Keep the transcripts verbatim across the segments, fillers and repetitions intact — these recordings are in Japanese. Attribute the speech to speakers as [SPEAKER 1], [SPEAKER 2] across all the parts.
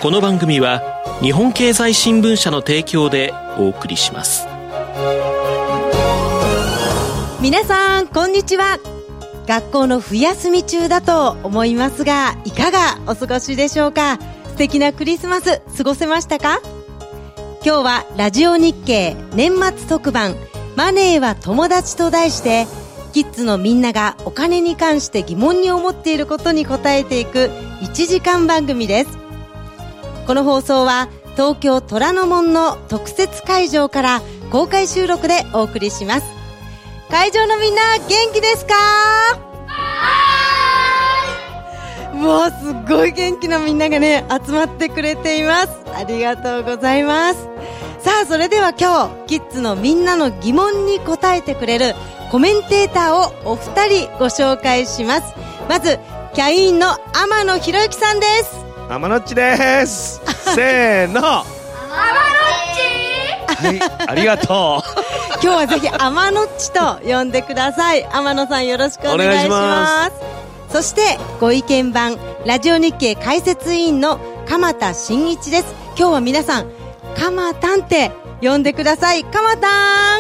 [SPEAKER 1] この番組は日本経済新聞社の提供でお送りします。
[SPEAKER 2] 皆さんこんにちは。学校の冬休み中だと思いますが、いかがお過ごしでしょうか。素敵なクリスマス過ごせましたか。今日はラジオ日経年末特番マネーは友達と題して、キッズのみんながお金に関して疑問に思っていることに答えていくいちじかん番組です。この放送は東京虎ノ門の特設会場から公開収録でお送りします。会場のみんな元気ですか。もうすっごい元気なみんながね集まってくれています。ありがとうございます。さあそれでは今日キッズのみんなの疑問に答えてくれるコメンテーターをお二人ご紹介します。まずキャインの天野博之さんです。
[SPEAKER 3] 天野っちですせーの天野っち。はい、ありがとう
[SPEAKER 2] 今日はぜひ天野っちと呼んでください。天野さんよろしくお願いします。そしてご意見番ラジオ日経解説委員の鎌田新一です。今日は皆さん鎌田んって呼んでください。鎌田ん。鎌田ん。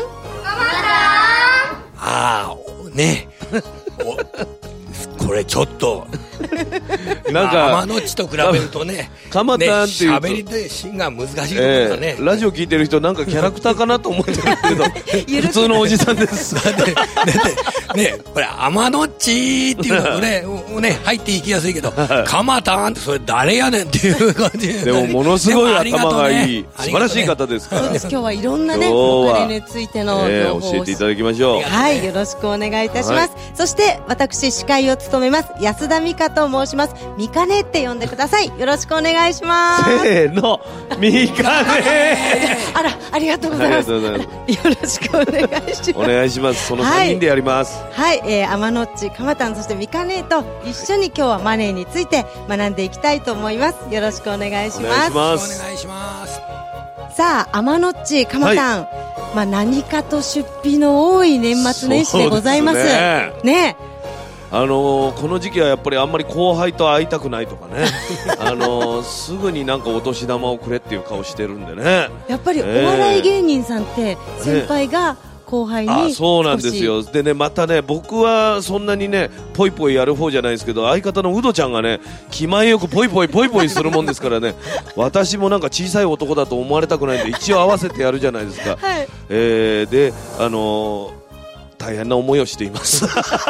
[SPEAKER 4] ああねこれちょっとなんか天野っちと比べるとね、
[SPEAKER 3] 鎌田っていうと
[SPEAKER 4] 喋りで芯が難しいところだね、
[SPEAKER 3] えー、ラジオ聞いてる人なんかキャラクターかなと思ってるけど普通のおじさんです
[SPEAKER 4] だってだってねこれ天野っちっていうのとねね入っていきやすいけど鎌田ってそれ誰やねんっていう感じで、
[SPEAKER 3] でもものすごい頭がいい、ね、素晴らしい方ですから。
[SPEAKER 2] そうです。今日はいろんなねお金についての情報を、
[SPEAKER 3] えー、教えていただきましょう。
[SPEAKER 2] はい、よろしくお願いいたします、はい、そして私司会を務めます安田美香と申します。ミカネって呼んでください。よろしくお願いします。
[SPEAKER 3] せーのミカネ
[SPEAKER 2] あらありがとうございます。よろしくお願いします。
[SPEAKER 3] お願いします。そのさんにんでやります。
[SPEAKER 2] はい、はい、えー、天野っち、鎌田ん、そしてミカネと一緒に今日はマネーについて学んでいきたいと思います。よろしくお願いします。
[SPEAKER 4] お願いします。
[SPEAKER 2] さあ天野っち、鎌田ん、はい、まあ、何かと出費の多い年末年始でございます。ねね
[SPEAKER 3] あのー、この時期はやっぱりあんまり後輩と会いたくないとかねあのー、すぐになんかお年玉をくれっていう顔してるんでね。
[SPEAKER 2] やっぱりお笑い芸人さんって先輩が後輩に、えー、
[SPEAKER 3] あそうなんですよ。でねまたね僕はそんなにねポイポイやる方じゃないですけど、相方のウドちゃんがね気前よくポイポイポイポイするもんですからね私もなんか小さい男だと思われたくないんで一応合わせてやるじゃないですか、はい、えー、であのー、大変な思いをしています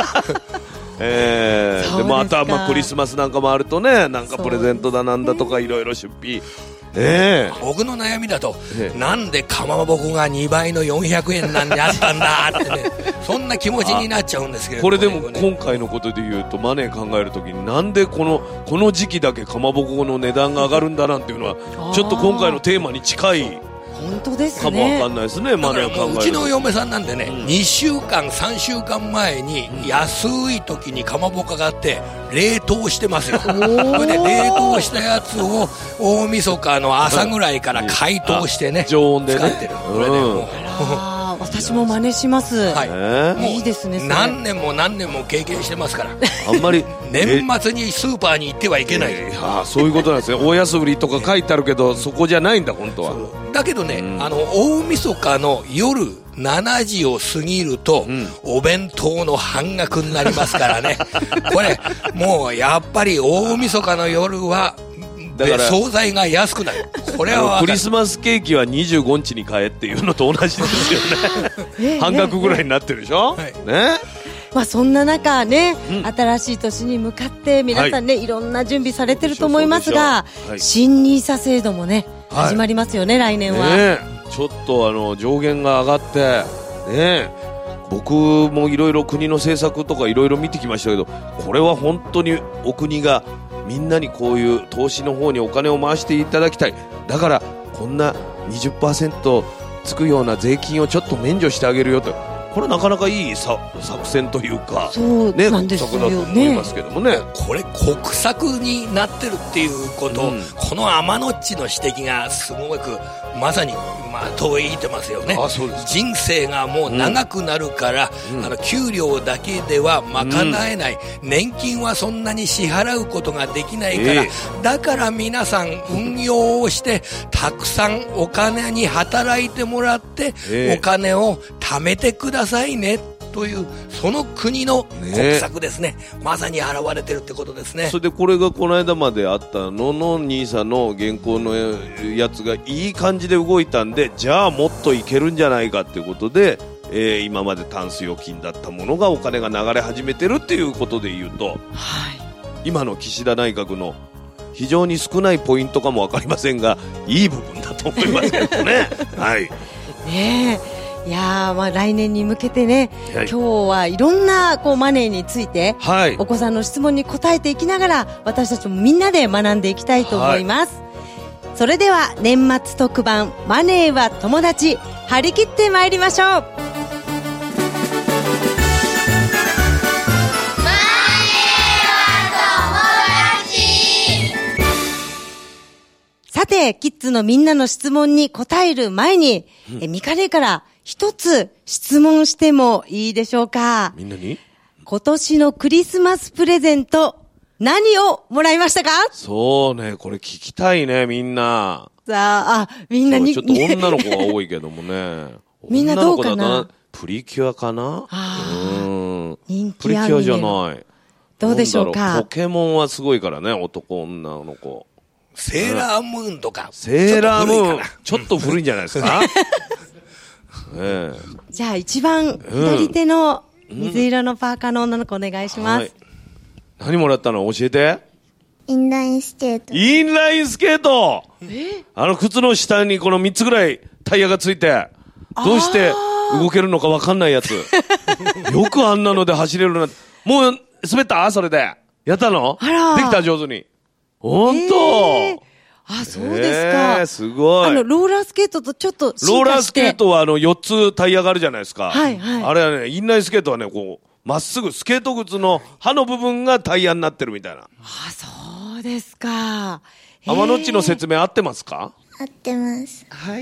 [SPEAKER 3] えー、でまた、まあ、クリスマスなんかもあるとねなんかプレゼントだなんだとかいろいろ出費、えー、
[SPEAKER 4] 僕の悩みだと、えー、なんでかまぼこがにばいのよんひゃくえんなんであったんだってねそんな気持ちになっちゃうんですけど、
[SPEAKER 3] これでも今回のことで言うとマネー考えるときになんでこのこの時期だけかまぼこの値段が上がるんだなんていうのはちょっと今回のテーマに近い
[SPEAKER 2] 本当ですね。
[SPEAKER 3] かもわかんないですね。マネー考える。
[SPEAKER 4] うちの嫁さんなんでね、うん、にしゅうかんさんしゅうかんまえに安い時にかまぼこがあって冷凍してますよ。それで冷凍したやつを大晦日の朝ぐらいから解凍してね、
[SPEAKER 3] 常温でね
[SPEAKER 4] 使ってる。これね、もう
[SPEAKER 2] あ私も真似します。
[SPEAKER 4] はい、
[SPEAKER 2] もういいですね。
[SPEAKER 4] 何年も何年も経験してますから
[SPEAKER 3] あんまり
[SPEAKER 4] 年末にスーパーに行ってはいけない、
[SPEAKER 3] えー、あそういうことなんですね。大安売りとか書いてあるけどそこじゃないんだ本当は。
[SPEAKER 4] だけどね、うん、あの大晦日の夜しちじを過ぎると、うん、お弁当の半額になりますからねこれもうやっぱり大晦日の夜はだから惣菜が安くなる。これは
[SPEAKER 3] クリスマスケーキはにじゅうごにちに買えっていうのと同じですよね半額ぐらいになってるでしょ、はい、ね。
[SPEAKER 2] まあ、そんな中ね、うん、新しい年に向かって皆さんね、はい、いろんな準備されてると思いますが、はい、新ニーサ制度もね、はい、始まりますよね来年は、
[SPEAKER 3] ね、ちょっとあの上限が上がってね、僕もいろいろ国の政策とかいろいろ見てきましたけど、これは本当にお国がみんなにこういう投資の方にお金を回していただきたい。だからこんな にじゅっパーセント つくような税金をちょっと免除してあげるよと。ここれなかなかいいさ作戦というか、
[SPEAKER 2] そうなんですよね。
[SPEAKER 3] 国策だと思いますけどもね。
[SPEAKER 4] これ国策になってるっていうことを、うん、この天のっちの指摘がすごくまさにまあと言ってますよね。
[SPEAKER 3] あ、そうです。
[SPEAKER 4] 人生がもう長くなるから、うん、あの給料だけでは賄えない、うん、年金はそんなに支払うことができないから、えー、だから皆さん運用をしてたくさんお金に働いてもらって、えー、お金を貯めてくださいねというその国の国策ですね。まさに現れてるってことですね。
[SPEAKER 3] それでこれがこの間まであったのの兄さんの原稿のやつがいい感じで動いたんで、じゃあもっといけるんじゃないかっていうことで、えー、今までタンス預金だったものがお金が流れ始めてるっていうことで言うと、はい、今の岸田内閣の非常に少ないポイントかも分かりませんが、いい部分だと思いますけどね。はい。
[SPEAKER 2] ねえ。いやー、まあ来年に向けてね、はい、今日はいろんなこうマネーについて、はい、お子さんの質問に答えていきながら私たちもみんなで学んでいきたいと思います、はい、それでは年末特番マネーは友達、張り切ってまいりましょう。マネー
[SPEAKER 5] は友達。
[SPEAKER 2] さてキッズのみんなの質問に答える前に、うん、えミカ姉から一つ質問してもいいでしょうか。
[SPEAKER 3] みんなに
[SPEAKER 2] 今年のクリスマスプレゼント何をもらいましたか？
[SPEAKER 3] そうね、これ聞きたいね、みんな。
[SPEAKER 2] さあ、あ、みんなに。
[SPEAKER 3] ちょっと女の子が多いけどもね。
[SPEAKER 2] みんなどうかな？
[SPEAKER 3] 女の子だな。プリキュアかな？
[SPEAKER 2] あ、うん。人気
[SPEAKER 3] プリキュアじゃない。
[SPEAKER 2] どうでしょうか？
[SPEAKER 3] ポケモンはすごいからね、男女の子。
[SPEAKER 4] セーラームーンとか。
[SPEAKER 3] セーラームーン。ちょっと古いんじゃないですか？
[SPEAKER 2] ええ、じゃあ一番左手の水色のパーカーの女の子お願いします、うん、はい、
[SPEAKER 3] 何もらったの教えて。
[SPEAKER 5] インラインスケート。
[SPEAKER 3] インラインスケート、
[SPEAKER 2] え
[SPEAKER 3] あの靴の下にこのみっつぐらいタイヤがついてどうして動けるのか分かんないやつ。よくあんなので走れるな。もう滑った？それでやったの？
[SPEAKER 2] あら、
[SPEAKER 3] できた？上手に。ほんと、えー
[SPEAKER 2] あ、そうですか。
[SPEAKER 3] えー、すごい。
[SPEAKER 2] あの、ローラースケートとちょっと進化して。
[SPEAKER 3] ローラースケートはあの、よっつタイヤがあるじゃないですか。
[SPEAKER 2] はいはい。
[SPEAKER 3] あれはね、インラインスケートはね、こう、まっすぐ、スケート靴の刃の部分がタイヤになってるみたいな。
[SPEAKER 2] あ、そうですか。
[SPEAKER 3] 天のっちの説明合ってますか？
[SPEAKER 5] 合ってます。
[SPEAKER 2] はい。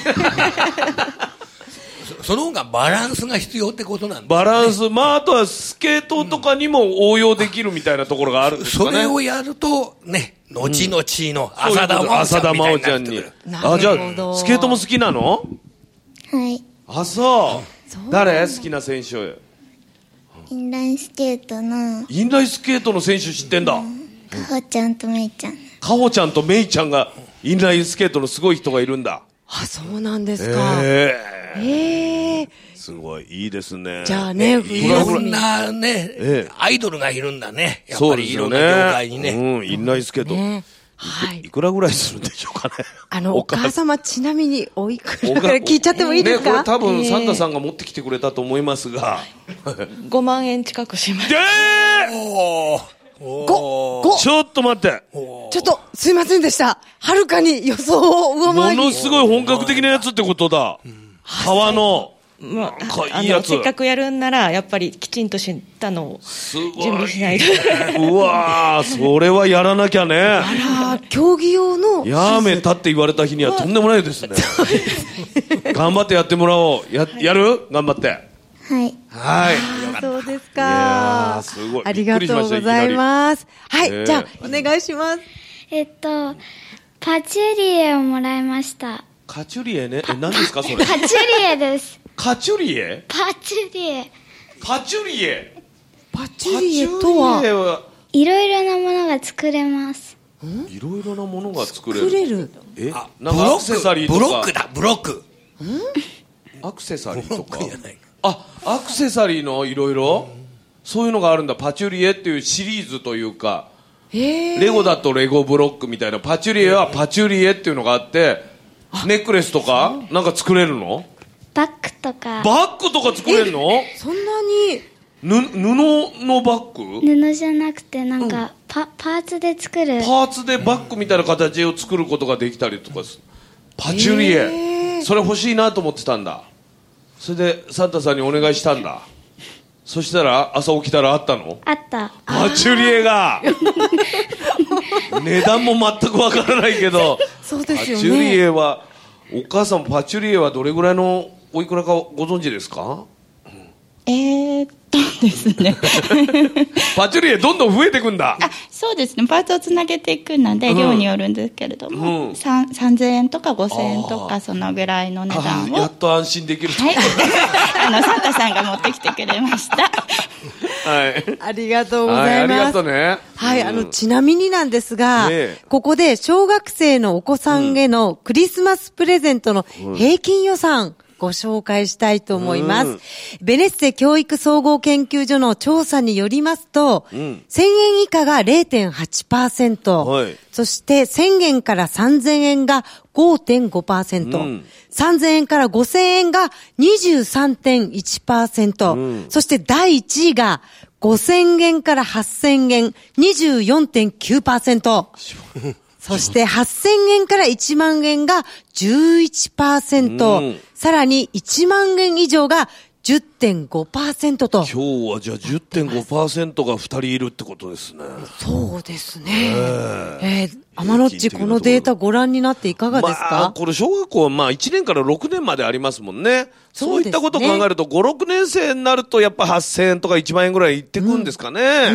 [SPEAKER 4] その方がバランスが必要ってことなんですね。
[SPEAKER 3] バランス、まあ、あとはスケートとかにも応用できるみたいなところがあるんですかね。
[SPEAKER 4] それをやると、ね、後々の浅田真央ちゃんみたいになってくる。
[SPEAKER 3] あ、じゃあ、スケートも好きなの？
[SPEAKER 5] はい。
[SPEAKER 3] あ、そう。そう誰好きな選手？
[SPEAKER 5] インラインスケートの。
[SPEAKER 3] インラインスケートの選手知ってんだ。
[SPEAKER 5] かほちゃんとめいちゃん。
[SPEAKER 3] かほちゃんとめいちゃんがインラインスケートのすごい人がいるんだ。
[SPEAKER 2] あ、そうなんですか。
[SPEAKER 3] え
[SPEAKER 2] ー、えー、
[SPEAKER 3] すごいいいですね。
[SPEAKER 2] じゃあね、
[SPEAKER 4] いろんなね、えー、アイドルがいるんだね。やっぱりいろんな業界にね。
[SPEAKER 3] うん、インラインスケート。ね、はい、いくらぐらいするんでしょうかね。
[SPEAKER 2] あの、お母様ちなみにおいくらから聞いちゃってもいいですか？
[SPEAKER 3] ね、これ多分サンタさんが持ってきてくれたと思いますが。
[SPEAKER 6] ごまんえん近くします。
[SPEAKER 3] でー
[SPEAKER 2] ご、ご。
[SPEAKER 3] ちょっと待って。
[SPEAKER 2] ちょっと、すいませんでした。はるかに予想を上回り。
[SPEAKER 3] ものすごい本格的なやつってことだ。革の。
[SPEAKER 6] まあ、あのせっかくやるんならやっぱりきちんとしたのを準備しないと。
[SPEAKER 3] うわー、それはやらなきゃね。
[SPEAKER 2] あら、競技用の
[SPEAKER 3] やめたって言われた日にはとんでもないですね。頑張ってやってもらおう。や、やる？頑張って。
[SPEAKER 5] はい。
[SPEAKER 3] はい。
[SPEAKER 2] そうですか。
[SPEAKER 3] いやー、すごい。
[SPEAKER 2] ありがとうございます。はい、じゃあお願いします。
[SPEAKER 5] えっとパチュリエをもらいました。
[SPEAKER 3] カチュリエね。え、何ですかそれ？
[SPEAKER 5] パチュリエです。
[SPEAKER 3] カチュリエ？
[SPEAKER 5] パチュリエ。
[SPEAKER 3] パチュリエ。
[SPEAKER 2] パチュリエとは、
[SPEAKER 5] いろいろなものが作れます。
[SPEAKER 3] いろいろなものが作れる。
[SPEAKER 2] 作れる。
[SPEAKER 3] え、なんかアクセサリーとか。
[SPEAKER 4] ブロックだ、ブロック。
[SPEAKER 3] アクセサリーとか。あ、アクセサリーのいろいろそういうのがあるんだ。パチュリエっていうシリーズというか、レゴだとレゴブロックみたいな、パチュリエはパチュリエっていうのがあって、ネックレスとかなんか作れるの？
[SPEAKER 5] バッグとか。
[SPEAKER 3] バッグとか作れるの？
[SPEAKER 2] そんなに
[SPEAKER 3] ぬ布のバッグ？
[SPEAKER 5] 布じゃなくてなんか、うん、パ, パーツで作る。
[SPEAKER 3] パーツでバッグみたいな形を作ることができたりとかする。パチュリエ、それ欲しいなと思ってたんだ。 それでサンタさんにお願いしたんだ。そしたら朝起きたらあったの？
[SPEAKER 5] あった。
[SPEAKER 3] パチュリエが値段も全くわからないけど
[SPEAKER 2] そうですよね。
[SPEAKER 3] パチュリエはお母さんパチュリエはどれぐらいのおいくらかご存知ですか？
[SPEAKER 7] えーっとですね
[SPEAKER 3] パチュリエどんどん増えていくんだ。
[SPEAKER 7] あ、そうですね。パーツをつなげていくので、うん、量によるんですけれども、うん、さんぜんえんとかごせんえんとかそのぐらいの値段を
[SPEAKER 3] やっと安心できると、
[SPEAKER 7] はい、あのサンタさんが持ってきてくれました
[SPEAKER 3] はい、
[SPEAKER 2] ありがとうございます。はい、
[SPEAKER 3] ありがとうね。
[SPEAKER 2] はい、うん、あのちなみになんですが、
[SPEAKER 3] ね、
[SPEAKER 2] ここで小学生のお子さんへのクリスマスプレゼントの平均予算、ご紹介したいと思います。うん、ベネッセ教育総合研究所の調査によりますと、うん、せんえん以下が れいてんはちパーセント、はい、そしてせんえんからさんぜんえんが ごてんごパーセント、うん、さんぜんえんからごせんえんが にじゅうさんてんいちパーセント、うん、そしてだいいちいがごせんえんからはっせんえん にじゅうよんてんきゅうパーセントそしてはっせんえんからいちまんえんが じゅういちパーセント、うん、さらにいちまんえん以上が じゅってんごパーセント と。
[SPEAKER 3] 今日はじゃあ じゅってんごパーセント がふたりいるってことですね。
[SPEAKER 2] そうですね。えー、天野っちこのデータご覧になっていかがですか？
[SPEAKER 3] まあ、これ小学校はまあいちねんからろくねんまでありますもんね。そういったことを考えるとご、ろくねん生になるとやっぱはっせんえんとかいちまんえんぐらいいってくんですかね。うんうんうんうん、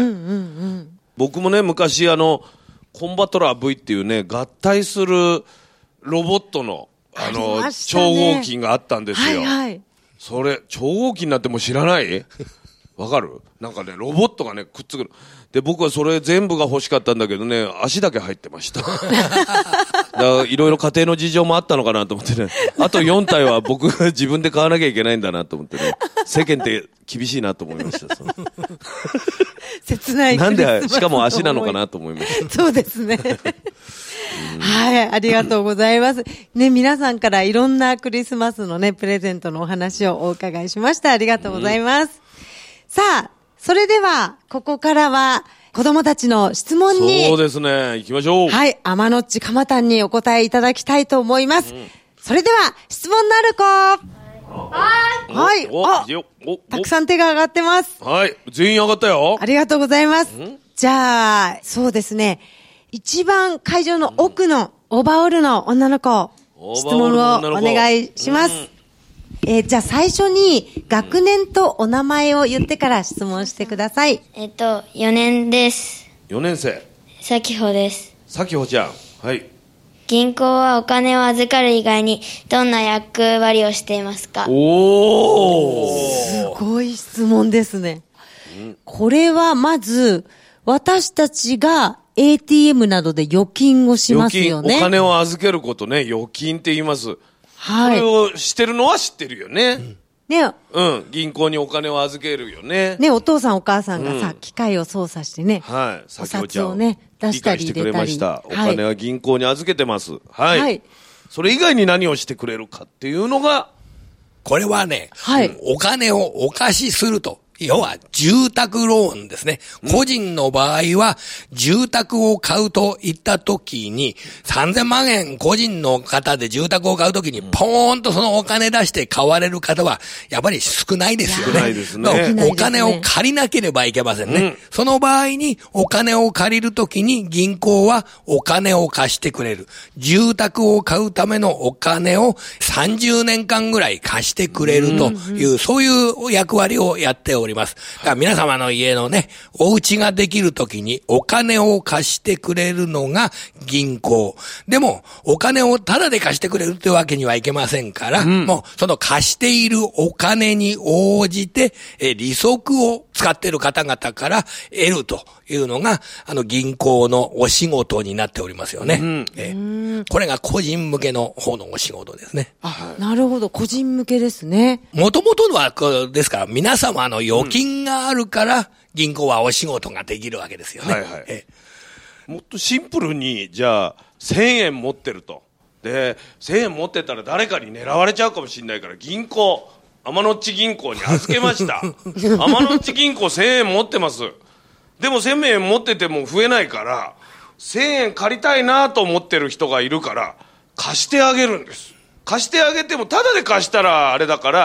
[SPEAKER 3] 僕もね昔あのコンバトラー V っていうね合体するロボットのあの、ね、超合金があったんですよ。はいはい、それ超合金なんてもう知らないわかる？なんかねロボットがねくっつくる。で僕はそれ全部が欲しかったんだけどね足だけ入ってました。だからいろいろ家庭の事情もあったのかなと思ってね。あとよんたいは僕が自分で買わなきゃいけないんだなと思ってね。世間って厳しいなと思いました。
[SPEAKER 2] 切ない
[SPEAKER 3] なんでしかも足なのかなと思いました。
[SPEAKER 2] そうですね。はい、ありがとうございます。ね、皆さんからいろんなクリスマスのね、プレゼントのお話をお伺いしました。ありがとうございます。うん、さあ、それでは、ここからは、子供たちの質問に。
[SPEAKER 3] そうですね、行きましょう。
[SPEAKER 2] はい、天野っちかまたんにお答えいただきたいと思います。うん、それでは、質問のある子。はい。あ、たくさん手が上がってます。
[SPEAKER 3] はい。全員上がったよ。
[SPEAKER 2] ありがとうございます。じゃあ、そうですね。一番会場の奥のオーバーオールの女の子、質問をお願いします。うん、えー、じゃあ最初に学年とお名前を言ってから質問してください。
[SPEAKER 5] えっと、よねんです。
[SPEAKER 3] よねん生。
[SPEAKER 5] さきほです。
[SPEAKER 3] さきほちゃん。はい。
[SPEAKER 5] 銀行はお金を預かる以外にどんな役割をしていますか？
[SPEAKER 3] おー、
[SPEAKER 2] すごい質問ですね。うん、これはまず私たちが エーティーエム などで預金をしますよね。
[SPEAKER 3] 預金、お金を預けることね、預金って言います。はい。それをしてるのは知ってるよね。うん、ね、うん、銀行にお金を預けるよね。
[SPEAKER 2] ね、お父さんお母さんがさ、うん、機械を操作してね、
[SPEAKER 3] はい、
[SPEAKER 2] お札をね、出したり入れたり。理解してくれました。
[SPEAKER 3] お金は銀行に預けてます。はい。はい、それ以外に何をしてくれるかっていうのが、
[SPEAKER 4] これはね、はい、お金をお貸しすると。要は住宅ローンですね。個人の場合は住宅を買うといった時にさんぜんまんえん個人の方で住宅を買う時にポーンとそのお金出して買われる方はやっぱり少ないですよね。
[SPEAKER 3] 少ないですね。
[SPEAKER 4] お金を借りなければいけませんね。うん、その場合にお金を借りる時に銀行はお金を貸してくれる。住宅を買うためのお金をさんじゅうねんかんぐらい貸してくれるという、うん、そういう役割をやっております。おります。だから皆様の家のね、お家ができるときにお金を貸してくれるのが銀行。でも、お金をタダで貸してくれるというわけにはいけませんから、うん、もうその貸しているお金に応じて、え利息を使っている方々から得るというのが、あの銀行のお仕事になっておりますよね。うん、えこれが個人向けの方のお仕事ですね。
[SPEAKER 2] あ、なるほど。個人向けですね。
[SPEAKER 4] もともとは、ですから皆様の預金があるから銀行はお仕事ができるわけですよね。はいはい、え
[SPEAKER 3] もっとシンプルにじゃあせんえん持ってると。でせんえん持ってたら誰かに狙われちゃうかもしれないから銀行天野っち銀行に預けました天野っち銀行せんえん持ってます。でもせんえん持ってても増えないからせんえん借りたいなと思ってる人がいるから貸してあげるんです。貸してあげてもタダで貸したらあれだから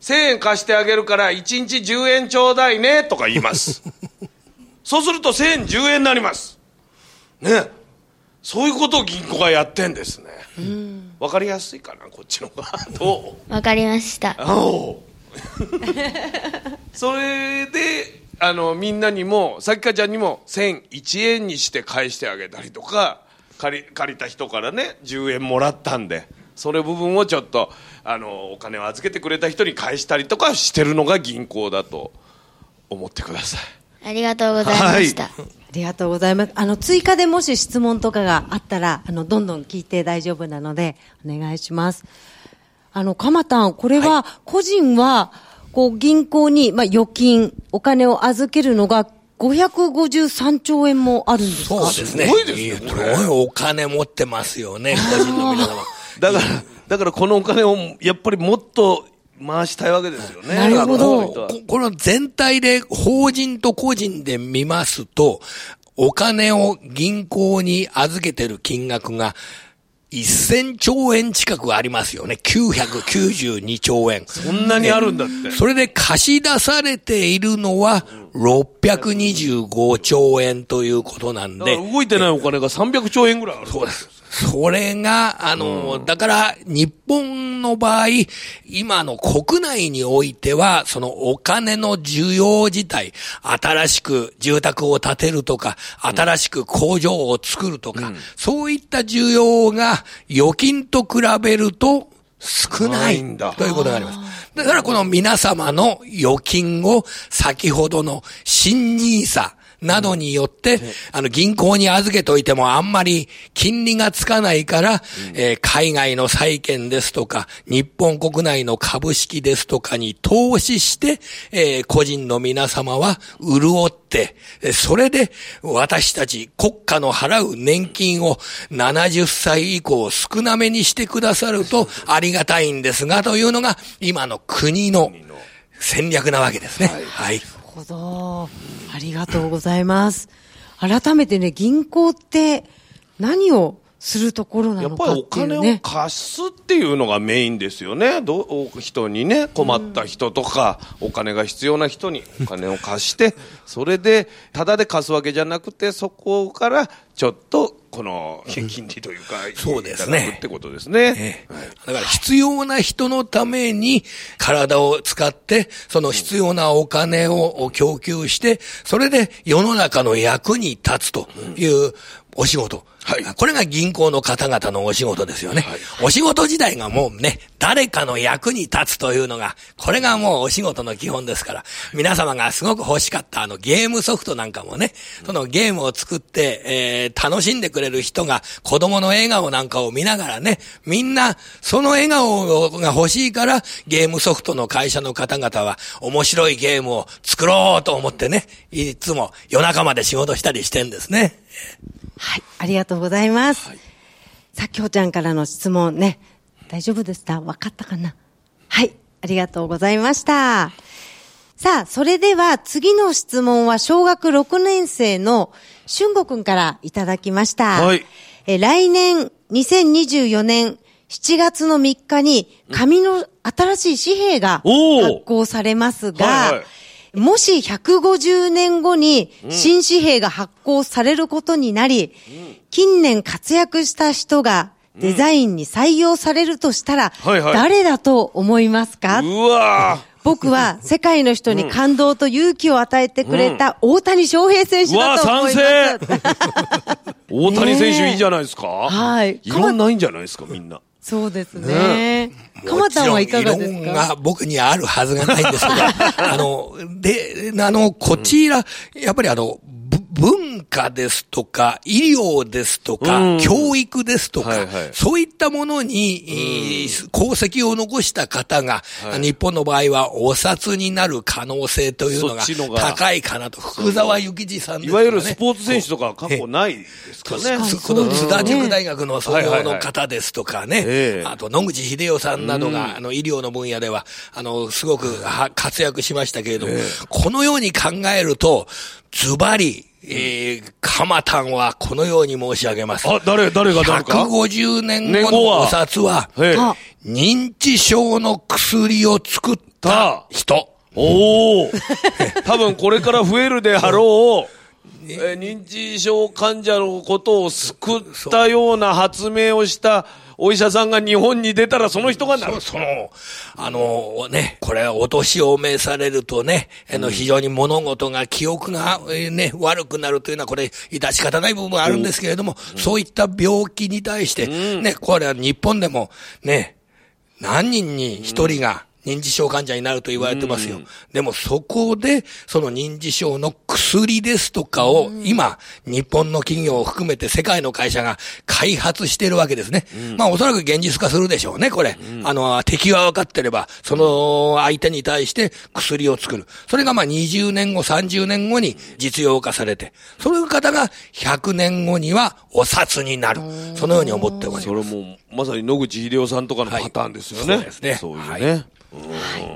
[SPEAKER 3] せんえん貸してあげるからいちにちじゅうえんちょうだいねとか言いますそうするとせんえんじゅうえんになりますね。そういうことを銀行がやってんですね。わかりやすいかな、こっちの方がど
[SPEAKER 5] わかりました。
[SPEAKER 3] うそれであのみんなにもさきかちゃんにもせんいちえんにして返してあげたりとか、借り、借りた人からねじゅうえんもらったんでそれ部分をちょっとあのお金を預けてくれた人に返したりとかしてるのが銀行だと思ってください。
[SPEAKER 5] ありがとうございました、はい、
[SPEAKER 2] ありがとうございます。あの追加でもし質問とかがあったらあのどんどん聞いて大丈夫なのでお願いします。あの鎌田これは、はい、個人はこう銀行に、まあ、預金お金を預けるのがごひゃくごじゅうさんちょうえんもあるんですか。
[SPEAKER 4] そうですね。
[SPEAKER 3] すごいですね。
[SPEAKER 4] すごいお金持ってますよね、個人の皆様。
[SPEAKER 3] だからだからこのお金をやっぱりもっと回したいわけですよね。
[SPEAKER 2] なるほど。
[SPEAKER 4] こ, この全体で法人と個人で見ますと、お金を銀行に預けてる金額がせんちょうえん近くありますよね。きゅうひゃくきゅうじゅうにちょうえん。
[SPEAKER 3] そんなにあるんだって。
[SPEAKER 4] それで貸し出されているのはろっぴゃくにじゅうごちょうえんということなんで。
[SPEAKER 3] だから動いてないお金がさんびゃくちょうえんぐらいある。
[SPEAKER 4] そうです。それが、あの、うん、だから、日本の場合、今の国内においては、そのお金の需要自体、新しく住宅を建てるとか、新しく工場を作るとか、うん、そういった需要が預金と比べると少ないんだということがあります。だからこの皆様の預金を先ほどの新ニーサなどによって、うん、あの、銀行に預けといてもあんまり金利がつかないから、うん、えー、海外の債券ですとか、日本国内の株式ですとかに投資して、えー、個人の皆様は潤って、それで私たち国家の払う年金をななじゅっさい以降少なめにしてくださるとありがたいんですが、というのが今の国の戦略なわけですね。はい。はい。
[SPEAKER 2] なるほど。ありがとうございます。改めてね、銀行って何をするところなのかっていうね。
[SPEAKER 3] やっぱりお金を貸すっていうのがメインですよね。ど人にね、困った人とか、うん、お金が必要な人にお金を貸して、それでタダで貸すわけじゃなくて、そこからちょっとこの金利というか、うん、
[SPEAKER 4] そうですね。
[SPEAKER 3] ってことですね。ええ、
[SPEAKER 4] はい、だから必要な人のために体を使って、その必要なお金を供給して、それで世の中の役に立つというお仕事。はい。これが銀行の方々のお仕事ですよね。はい、お仕事自体がもうね、誰かの役に立つというのが、これがもうお仕事の基本ですから、皆様がすごく欲しかったあのゲームソフトなんかもね、そのゲームを作って、えー、楽しんでくれる人が子供の笑顔なんかを見ながらね、みんなその笑顔が欲しいから、ゲームソフトの会社の方々は面白いゲームを作ろうと思ってね、いつも夜中まで仕事したりしてんですね。
[SPEAKER 2] はい、ありがとうございます。はい、さあ、きょうちゃんからの質問ね、大丈夫ですか？わかったかな？はい、ありがとうございました。さあ、それでは次の質問は小学ろくねん生の俊吾くんからいただきました。はい。え、来年にせんにじゅうよねんしちがつのみっかに紙の新しい紙幣が発行されますが、はいはい、もしひゃくごじゅうねんごに新紙幣が発行されることになり、うん、近年活躍した人がデザインに採用されるとしたら、うんはいはい、誰だと思いますか？
[SPEAKER 3] うわー
[SPEAKER 2] 僕は世界の人に感動と勇気を与えてくれた大谷翔平選手だと思います。
[SPEAKER 3] うわ、賛成大谷選手いいじゃないですか。
[SPEAKER 2] はい。
[SPEAKER 3] いろんないんじゃないですか、みんな。
[SPEAKER 2] そうですね。鎌田はいかがですか？
[SPEAKER 4] もちろん異論が僕にあるはずがないんですけど、あの、で、あの、こちら、やっぱりあの、文化ですとか、医療ですとか、うん、教育ですとか、はいはい、そういったものに、うん、功績を残した方が、はい、日本の場合はお札になる可能性というのが高いかなと。福沢諭吉さんですかね。
[SPEAKER 3] いわゆるスポーツ選手とか過去ないですかね。
[SPEAKER 4] この津田塾大学の総合の方ですとかね、はいはいはい、あと野口英世さんなどが、うん、あの医療の分野では、あの、すごく活躍しましたけれども、このように考えると、ズバリ、えー、鎌田はこのように申し上げます。
[SPEAKER 3] あ、誰、誰が誰か？
[SPEAKER 4] ひゃくごじゅうねんごのお札は、認知症の薬を作っ
[SPEAKER 3] た
[SPEAKER 4] 人。
[SPEAKER 3] おお多分これから増えるであろう、えー、認知症患者のことを救ったような発明をしたお医者さんが日本に出たらその人がなる。
[SPEAKER 4] そ, その、あのね、これはお年を召されるとね、あの非常に物事が記憶が、えー、ね、悪くなるというのはこれ致し方ない部分はあるんですけれども、うん、そういった病気に対して、うん、ね、これは日本でもね、何人に一人が、うん認知症患者になると言われてますよ。でもそこで、その認知症の薬ですとかを、今、日本の企業を含めて世界の会社が開発しているわけですね。うん、まあおそらく現実化するでしょうね、これ。うん、あの、敵が分かってれば、その相手に対して薬を作る。それがまあにじゅうねんご、さんじゅうねんごに実用化されて、その方がひゃくねんごにはお札になる。そのように思っております。
[SPEAKER 3] それも、まさに野口英世さんとかのパターンですよね。はい、そうですね。そういうね。はい
[SPEAKER 2] はい、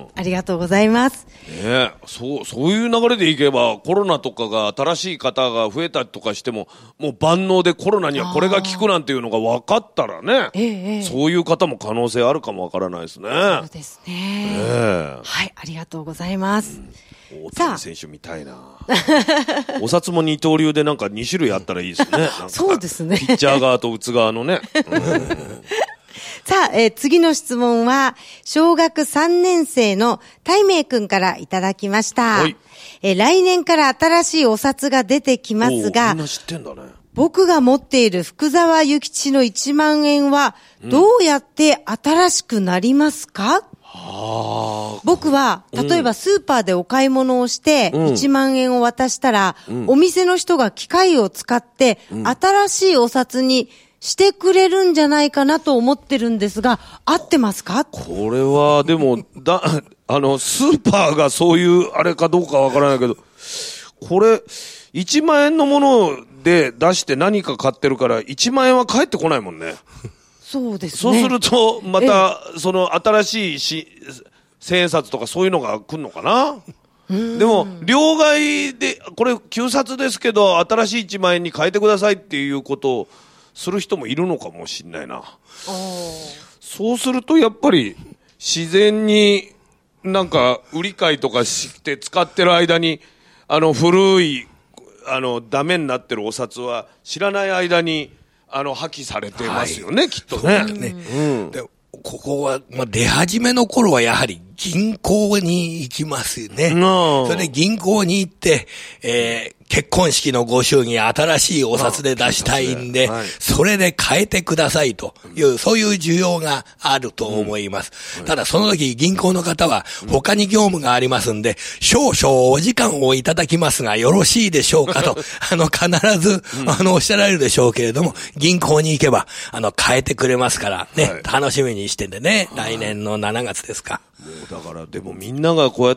[SPEAKER 2] ありがとうございます。
[SPEAKER 3] ね、そう、そういう流れでいけば、コロナとかが新しい方が増えたりとかしても、もう万能でコロナにはこれが効くなんていうのが分かったらね、ええ、そういう方も可能性あるかもわからないですね。
[SPEAKER 2] そうですね。え、はい、ありがとうございます。
[SPEAKER 3] うん、大谷選手みたいな。お札も二刀流でなんかに種類あったらいいですね。なんか
[SPEAKER 2] そうですね。
[SPEAKER 3] ピッチャー側と打つ側のね。うん
[SPEAKER 2] さあ、えー、次の質問は、小学さんねん生の大明くんからいただきました。はい、えー、来年から新しいお札が出てきますが、
[SPEAKER 3] みんな知ってんだね。
[SPEAKER 2] 僕が持っている福沢諭吉のいちまん円は、どうやって新しくなりますか？うん、僕は、例えばスーパーでお買い物をして、いちまん円を渡したら、うん、お店の人が機械を使って、うん、新しいお札にしてくれるんじゃないかなと思ってるんですが、合ってますか？
[SPEAKER 3] これは、でも、だ、あの、スーパーがそういう、あれかどうかわからないけど、これ、いちまん円のもので出して何か買ってるから、いちまん円は返ってこないもんね。
[SPEAKER 2] そうですね。
[SPEAKER 3] そうすると、また、その新しいし、千円札とかそういうのが来るのかな？でも、両替で、これ、旧札ですけど、新しいいちまん円に変えてくださいっていうことを、する人もいるのかもしれないな。そうするとやっぱり自然になんか売り買いとかして使ってる間にあの古いあのダメになってるお札は知らない間にあの破棄されてますよね、はい、きっとね。そうね、うん、でここは、まあ、出始めの頃はやはり銀行に行きますよね。うん、それで銀行に行って、えー結婚式のご祝儀新しいお札で出したいんで、はい、それで変えてくださいという、そういう需要があると思います。うん、ただその時銀行の方は他に業務がありますんで、少々お時間をいただきますがよろしいでしょうかと、あの必ず、あのおっしゃられるでしょうけれども、銀行に行けば、あの変えてくれますからね、はい、楽しみにしててね、来年のしちがつですか。もうだからでもみんながこうやって、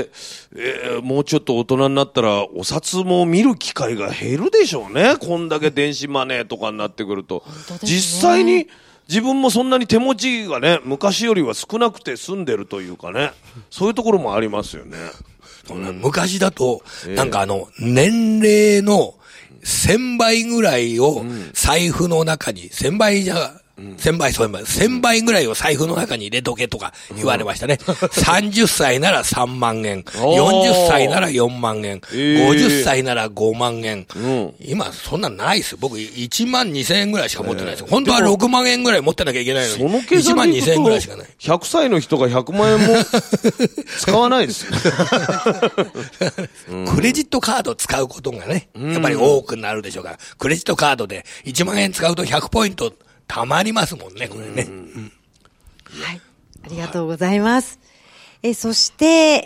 [SPEAKER 3] えー、もうちょっと大人になったらお札も見る機会が減るでしょうね。こんだけ電子マネーとかになってくると、ね、実際に自分もそんなに手持ちがね昔よりは少なくて済んでるというかね、そういうところもありますよね。
[SPEAKER 4] うん、昔だと、えー、なんかあの年齢のせんばいぐらいを財布の中に、せんばいじゃ千倍、そう千倍ぐらいを財布の中に入れとけとか言われましたね。うん、さんじゅっさいならさんまんえん、よんじゅっさいならよんまんえん、えー、ごじゅっさいならごまんえん。うん、今そんなんないですよ。僕いちまんにせんえんぐらいしか持ってないですよ。えー、本当はろくまんえんぐらい持ってなきゃいけないのに、そのいちまんにせんえんぐらいしかない。
[SPEAKER 3] ひゃくさいの人がひゃくまんえんも使わないですよ。
[SPEAKER 4] クレジットカード使うことがね、やっぱり多くなるでしょうから、クレジットカードでいちまんえん使うとひゃくポイントたまりますもんね、これね。うん、
[SPEAKER 2] はい。ありがとうございます。え、そして、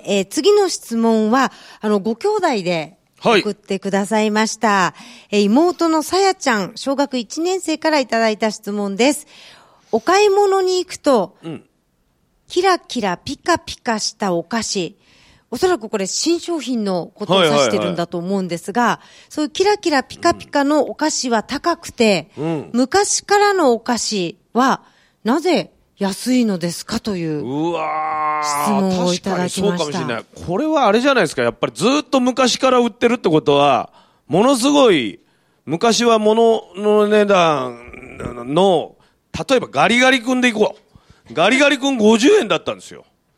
[SPEAKER 2] え、次の質問は、あの、ご兄弟で送ってくださいました。はい、え、妹のさやちゃん、小学いちねん生からいただいた質問です。お買い物に行くと、うん、キラキラピカピカしたお菓子、おそらくこれ新商品のことを指してるんだと思うんですが、はいはいはい、そういうキラキラピカピカのお菓子は高くて、うん、昔からのお菓子はなぜ安いのですかという質問をいただきました。
[SPEAKER 3] そうかもしれない。これはあれじゃないですか。やっぱりずっと昔から売ってるってことは、ものすごい昔は物の値段の、例えばガリガリ君でいこう。ガリガリ君ごじゅうえんだったんですよ。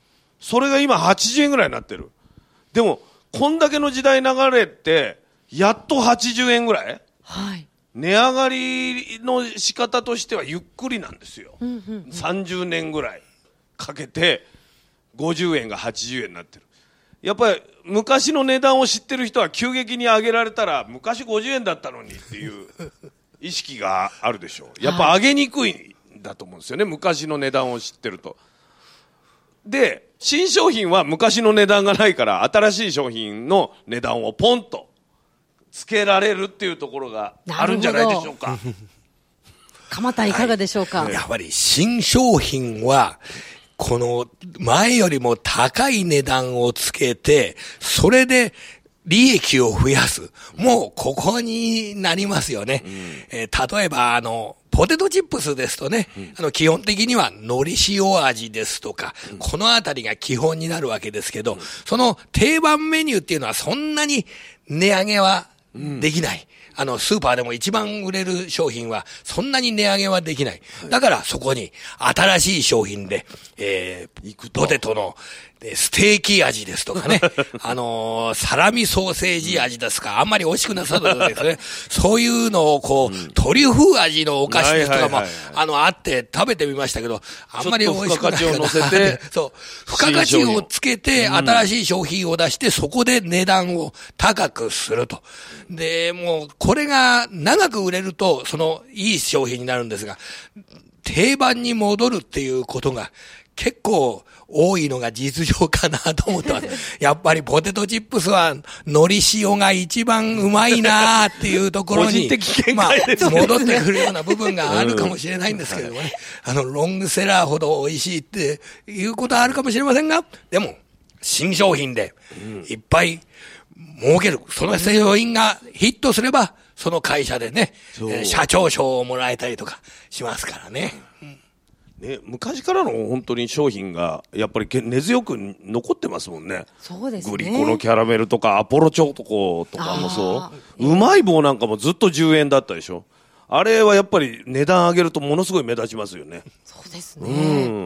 [SPEAKER 3] それが今はちじゅうえんぐらいになってる。でもこんだけの時代流れてやっとはちじゅうえんぐらい、
[SPEAKER 2] はい、
[SPEAKER 3] 値上がりの仕方としてはゆっくりなんですよ、
[SPEAKER 2] うんうんうん、
[SPEAKER 3] さんじゅうねんぐらいかけてごじゅうえんがはちじゅうえんになってる。やっぱり昔の値段を知ってる人は急激に上げられたら昔ごじゅうえんだったのにっていう意識があるでしょう。やっぱ上げにくいんだと思うんですよね、昔の値段を知ってると。で新商品は昔の値段がないから新しい商品の値段をポンとつけられるっていうところがあるんじゃないでしょうか。
[SPEAKER 2] 鎌田いかがでしょうか。
[SPEAKER 4] はい、やっぱり新商品はこの前よりも高い値段をつけて、それで利益を増やす。もうここになりますよね。うん、えー、例えばあの、ポテトチップスですとね、うん、あの基本的には海苔塩味ですとか、うん、このあたりが基本になるわけですけど、うん、その定番メニューっていうのはそんなに値上げはできない。うん、あの、スーパーでも一番売れる商品は、そんなに値上げはできない。だから、そこに、新しい商品で、えー、ポテトの、ステーキ味ですとかね、あのー、サラミソーセージ味ですか、あんまり美味しくなさそうですね。そういうのを、こう、うん、トリュフ味のお菓子ですとかも、あの、あって食べてみましたけど、あんまり美味しくないかな。付加価値を乗せて、そう、付加価値をつけて、新しい商品を出して、そこで値段を高くすると。で、もう、これが長く売れると、その、いい商品になるんですが、定番に戻るっていうことが、結構多いのが実情かなと思ってます。やっぱりポテトチップスは海苔塩が一番うまいなっていうところに、まあ、戻ってくるような部分があるかもしれないんですけどもね。あの、ロングセラーほど美味しいっていうことはあるかもしれませんが、でも、新商品でいっぱい儲ける。その製品がヒットすれば、その会社でね、社長賞をもらえたりとかしますからね。うん
[SPEAKER 3] ね、昔からの本当に商品がやっぱり根強く残ってますもんね。
[SPEAKER 2] そうですね。
[SPEAKER 3] グリコのキャラメルとかアポロチョコとかもそう。うまい棒なんかもずっとじゅうえんだったでしょ。あれはやっぱり値段上げるとものすごい目立ちますよね。
[SPEAKER 2] そうですね。
[SPEAKER 3] うん。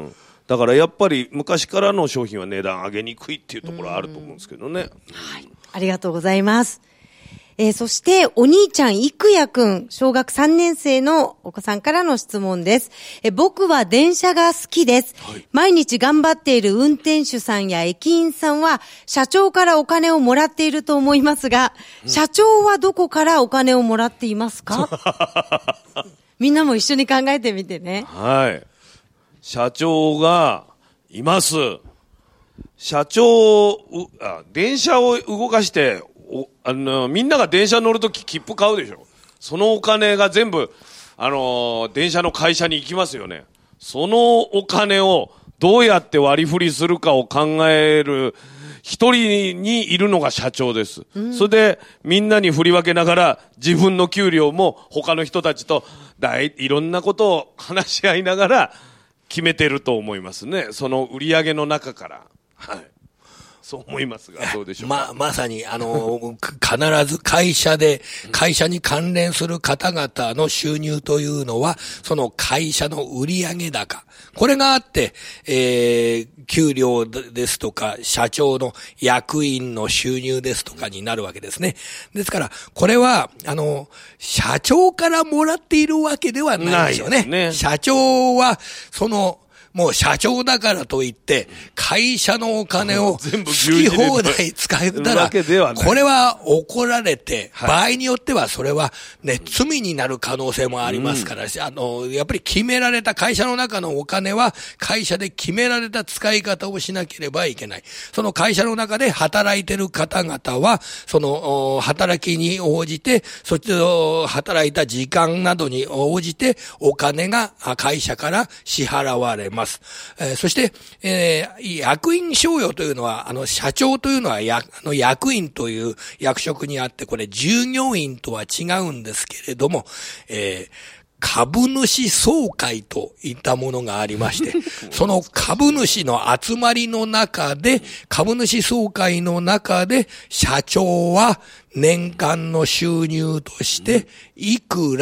[SPEAKER 3] だからやっぱり昔からの商品は値段上げにくいっていうところあると思うんですけどね。はい。
[SPEAKER 2] ありがとうございます。えー、そして、お兄ちゃん、いくやくん、小学さんねん生のお子さんからの質問です。えー、僕は電車が好きです、はい。毎日頑張っている運転手さんや駅員さんは、社長からお金をもらっていると思いますが、うん、社長はどこからお金をもらっていますかみんなも一緒に考えてみてね。
[SPEAKER 3] はい。社長がいます。社長、あ、電車を動かして、おあのみんなが電車乗るとき切符買うでしょ。そのお金が全部、あのー、電車の会社に行きますよね。そのお金をどうやって割り振りするかを考える一人にいるのが社長です、うん、それでみんなに振り分けながら自分の給料も他の人たちとだいいろんなことを話し合いながら決めてると思いますね。その売り上げの中から。はい。そう思いますが、どうでしょうか。
[SPEAKER 4] ま、まさに、あの、必ず会社で、会社に関連する方々の収入というのは、その会社の売上高。これがあって、えー、給料ですとか、社長の役員の収入ですとかになるわけですね。ですから、これは、あの、社長からもらっているわけではないですよね。ね、社長は、その、もう社長だからといって、会社のお金を好き放題使えたら、これは怒られて、場合によってはそれはね、罪になる可能性もありますから、あの、やっぱり決められた会社の中のお金は、会社で決められた使い方をしなければいけない。その会社の中で働いてる方々は、その、働きに応じて、そっちの働いた時間などに応じて、お金が会社から支払われます。えー、そして、えー、役員賞与というのは、あの、社長というのはや、あの、役員という役職にあって、これ、従業員とは違うんですけれども、えー、株主総会といったものがありまして、その株主の集まりの中で、株主総会の中で、社長は年間の収入として、いくら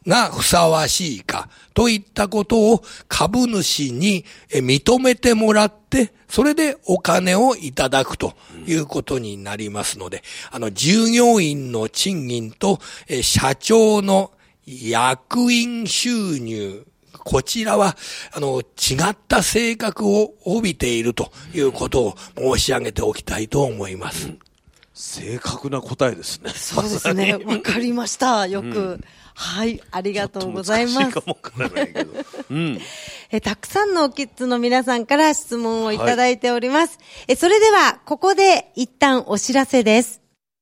[SPEAKER 4] がふさわしいかといったことを株主に認めてもらって、それでお金をいただくということになりますので、あの従業員の賃金と社長の役員収入、こちらは、あの、違った性格を帯びているということを申し上げておきたいと思います。うん、
[SPEAKER 3] 正確な答えですね。
[SPEAKER 2] そうですね。わかりました。よく。うん、はい。ありがとうございます。
[SPEAKER 3] 難しいかもわからないけど。うん、
[SPEAKER 2] えたくさんのキッズの皆さんから質問をいただいております。はい、えそれでは、ここで一旦お知らせです。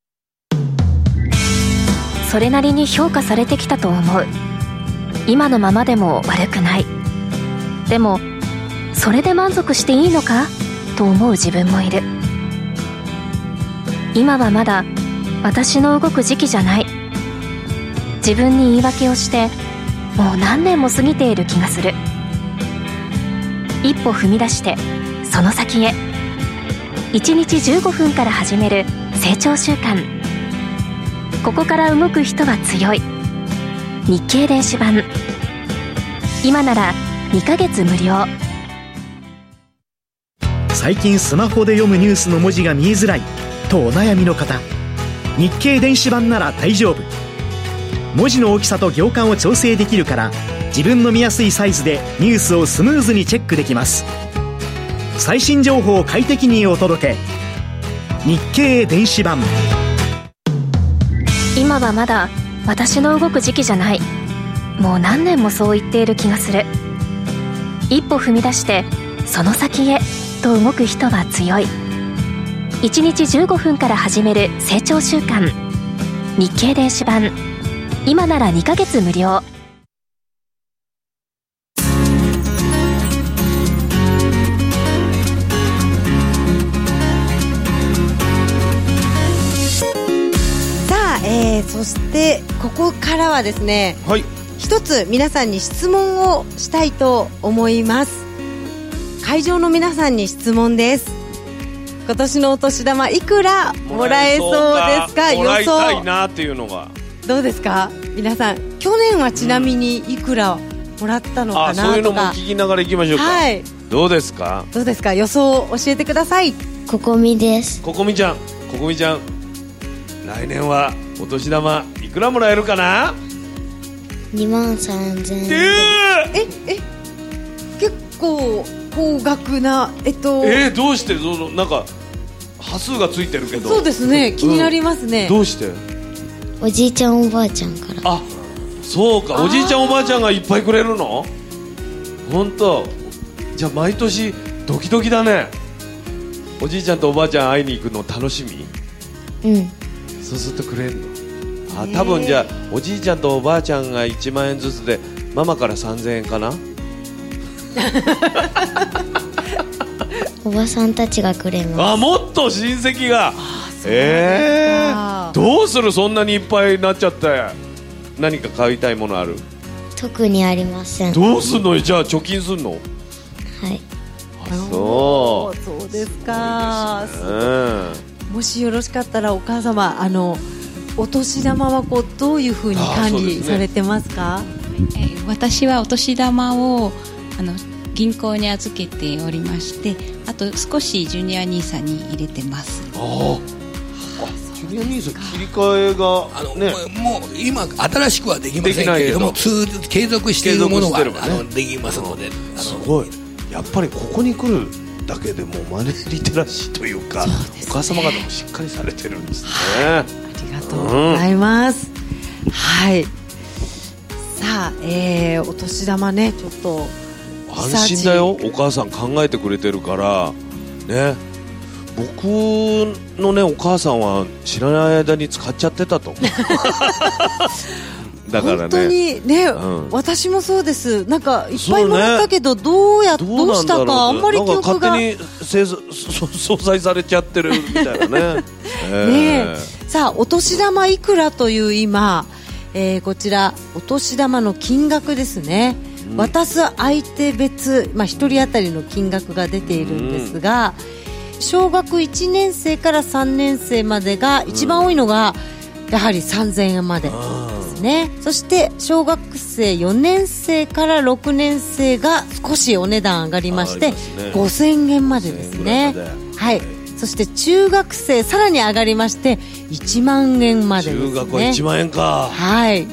[SPEAKER 8] それなりに評価されてきたと思う。今のままでも悪くない。でもそれで満足していいのかと思う自分もいる。今はまだ私の動く時期じゃない。自分に言い訳をしてもう何年も過ぎている気がする。一歩踏み出してその先へ。いちにちじゅうごふんから始める成長習慣。ここから動く人は強い。日経電子版。今ならにかげつ無料。
[SPEAKER 9] 最近スマホで読むニュースの文字が見えづらいとお悩みの方、日経電子版なら大丈夫。文字の大きさと行間を調整できるから、自分の見やすいサイズでニュースをスムーズにチェックできます。最新情報を快適にお届け、日経電子版。
[SPEAKER 8] 今はまだ私の動く時期じゃない。もう何年もそう言っている気がする。一歩踏み出してその先へと動く人は強い。いちにちじゅうごふんから始める成長習慣。日経電子版。今ならにかげつ無料。
[SPEAKER 2] えー、そしてここからはですね、はい、一つ皆さんに質問をしたいと思います。会場の皆さんに質問です。今年のお年玉いくらもらえそうですか？
[SPEAKER 3] もらいたいなっていうのが
[SPEAKER 2] どうですか皆さん。去年はちなみにいくらもらったのかなとか、
[SPEAKER 3] うん、あそういうのも聞きながらいきましょうか。はい、どうですか
[SPEAKER 2] どうですか予想を教えてください。
[SPEAKER 5] ここみです。
[SPEAKER 3] ここみちゃんここみちゃん来年はお年玉いくらもらえるかな？
[SPEAKER 5] にまんさんぜんえん。
[SPEAKER 2] ええ結構高額なえっと
[SPEAKER 3] えー、どうしてどうなんか端数がついてるけど。
[SPEAKER 2] そうですね気になりますね、
[SPEAKER 3] うん、どうして？
[SPEAKER 5] おじいちゃんおばあちゃんから。
[SPEAKER 3] あそうかおじいちゃんおばあちゃんがいっぱいくれるの？本当。じゃあ毎年ドキドキだね。おじいちゃんとおばあちゃん会いに行くの楽しみ？
[SPEAKER 5] うん。
[SPEAKER 3] そうするとくれんの？あ多分じゃあおじいちゃんとおばあちゃんがいちまんえんずつでママからさんぜんえんかな
[SPEAKER 5] おばさんたちがくれます。
[SPEAKER 3] あもっと親戚が。えー、どうするそんなにいっぱいになっちゃって。何か買いたいものある？
[SPEAKER 5] 特にありません。
[SPEAKER 3] どうすんの？じゃあ貯金すんの？
[SPEAKER 5] はい。
[SPEAKER 3] あそう
[SPEAKER 2] そうですか。
[SPEAKER 3] すごいですね。
[SPEAKER 2] もしよろしかったらお母様あのお年玉はこうどういうふうに管理されてますか？
[SPEAKER 10] えー、私はお年玉をあの銀行に預けておりまして、あと少しジュニアニーサに入れてます。
[SPEAKER 3] ああジュニアニーサ切り替えが
[SPEAKER 4] あの、
[SPEAKER 3] ね、
[SPEAKER 4] もう今新しくはできませんけれども通継続しているものは、ね、あのできますので、
[SPEAKER 3] うん、すごいやっぱりここに来るだけでもマネーリテラシーというか、ね、お母様方もしっかりされてるんですね。
[SPEAKER 2] ありがとうございます、うん、はいさあ、えー、お年玉ねちょっと
[SPEAKER 3] 安心だよお母さん考えてくれてるからね。僕のねお母さんは知らない間に使っちゃってたと思うだからね
[SPEAKER 2] 本当にね、うん、私もそうです。なんかいっぱいもらったけど、ね、どうやどうしたかあんまり記憶が
[SPEAKER 3] なんか勝手に相殺されちゃってるみたいなね
[SPEAKER 2] ねえさあお年玉いくらという今、えー、こちらお年玉の金額ですね、うん、渡す相手別、まあ、ひとり当たりの金額が出ているんですが、うん、小学いちねん生からさんねん生までが一番多いのが、うん、やはりさんぜんえんまでですですね。そして小学生よねん生からろくねん生が少しお値段上がりまして、ね、ごせんえんまでですね。はい。そして中学生さらに上がりましていちまんえんまでですね。
[SPEAKER 3] 中学はいちまんえんか。
[SPEAKER 2] はい、うん、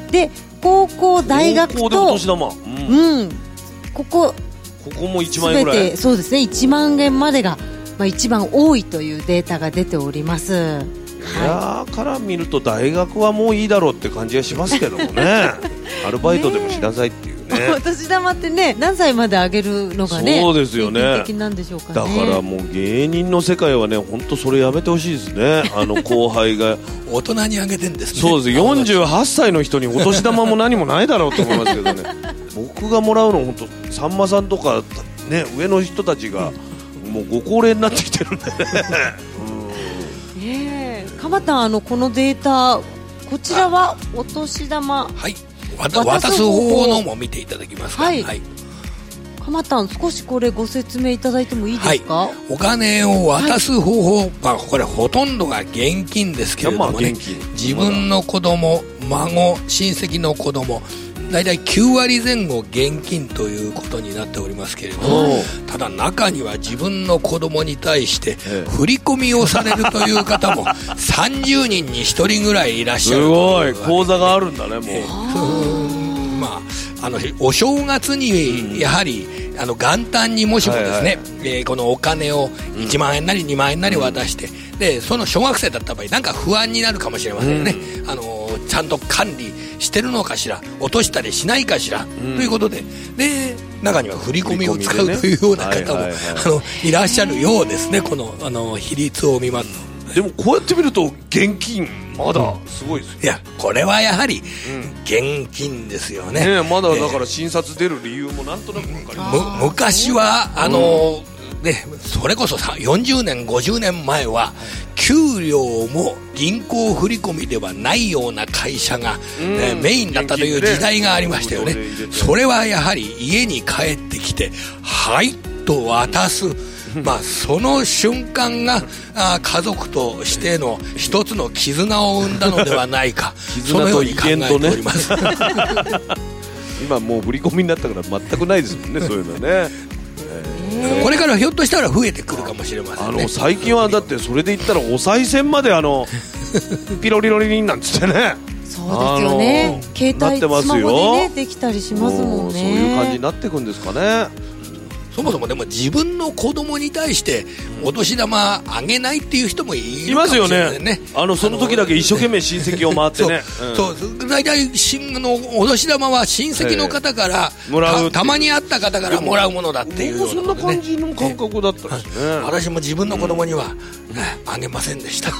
[SPEAKER 2] で高校大学と
[SPEAKER 3] 高校でお年玉、
[SPEAKER 2] うん、うん、ここ
[SPEAKER 3] ここもいちまんえんぐらい。
[SPEAKER 2] 全てそうですね、いちまんえんまでが、まあ、一番多いというデータが出ております。
[SPEAKER 3] いやーから見ると大学はもういいだろうって感じがしますけどもねアルバイトでもしなさいっていうね。
[SPEAKER 2] お年玉ってね、何歳まで上げるのがね、
[SPEAKER 3] そうですよね、
[SPEAKER 2] 平均的なんでしょうかね。
[SPEAKER 3] だからもう芸人の世界はね、本当それやめてほしいですね。あの後輩が
[SPEAKER 4] 大人に上げてんですね。
[SPEAKER 3] そうです、よんじゅうはっさいの人にお年玉も何もないだろうと思いますけどね僕がもらうの本当さんまさんとかね、上の人たちがもうご高齢になってきてるんでね
[SPEAKER 2] うん、えー、鎌田、あのこのデータ、こちらはお年玉、
[SPEAKER 4] はい、渡す方法のも見ていただきますか。はい、はい、
[SPEAKER 2] 鎌田、少しこれご説明いただいてもいいですか。はい、
[SPEAKER 4] お金を渡す方法、はい、まあ、これほとんどが現金ですけれどもね、自分の子供、孫、親戚の子供、だいたいきゅうわりぜん後現金ということになっておりますけれども、ただ中には自分の子供に対して振り込みをされるという方もさんじゅうにんにひとりぐらいいらっしゃる。
[SPEAKER 3] すごい口座があるんだね、もう。え
[SPEAKER 4] ー、まあ、あのお正月にやはり、うん、あの元旦にもしもですね、はいはい、えー、このお金をいちまんえんなりにまんえんなり渡して、うん、でその小学生だった場合なんか不安になるかもしれませんよね、うん、あのちゃんと管理してるのかしら、落としたりしないかしら、うん、ということで、で中には振り込みを使うというような方も、ね、はいはいはい、あのいらっしゃるようですね、この、あの比率を見ますと。
[SPEAKER 3] でもこうやって見ると現金まだすごいですよ、
[SPEAKER 4] いやこれはやはり現金ですよね。
[SPEAKER 3] ね、まだだから診察出る理由もなんとなく分かります。
[SPEAKER 4] む昔はあの、うん、ね、それこそよんじゅうねんごじゅうねんまえは給料も銀行振り込みではないような会社が、ね、メインだったという時代がありましたよね。それはやはり家に帰ってきてはいと渡す、まあ、その瞬間があ家族としての一つの絆を生んだのではないかそのように考えております、ね、
[SPEAKER 3] 今もう振り込みになったから全くないですもんね、そういうのね。
[SPEAKER 4] これからひょっとしたら増えてくるかもしれませんね。
[SPEAKER 3] あの最近はだってそれで言ったらお賽銭まであのピロリロリリンなんつってね
[SPEAKER 2] そうですよね、携帯スマホでねできたりしますもんね。
[SPEAKER 3] そういう感じになっていくんですかね。
[SPEAKER 4] そもそもでも自分の子供に対してお年玉あげないっていう人もいるかもしれないね。いますよね。
[SPEAKER 3] あのその時だけ一生懸命親戚を回ってね。
[SPEAKER 4] そう、うん、そう大体のお年玉は親戚の方から、えー、もらう た, たまに会った方からもらうものだっていうような、ね、
[SPEAKER 3] そんな感じの感覚だったんですね。
[SPEAKER 4] えー、私も自分の子供には、うん、あげませんでした。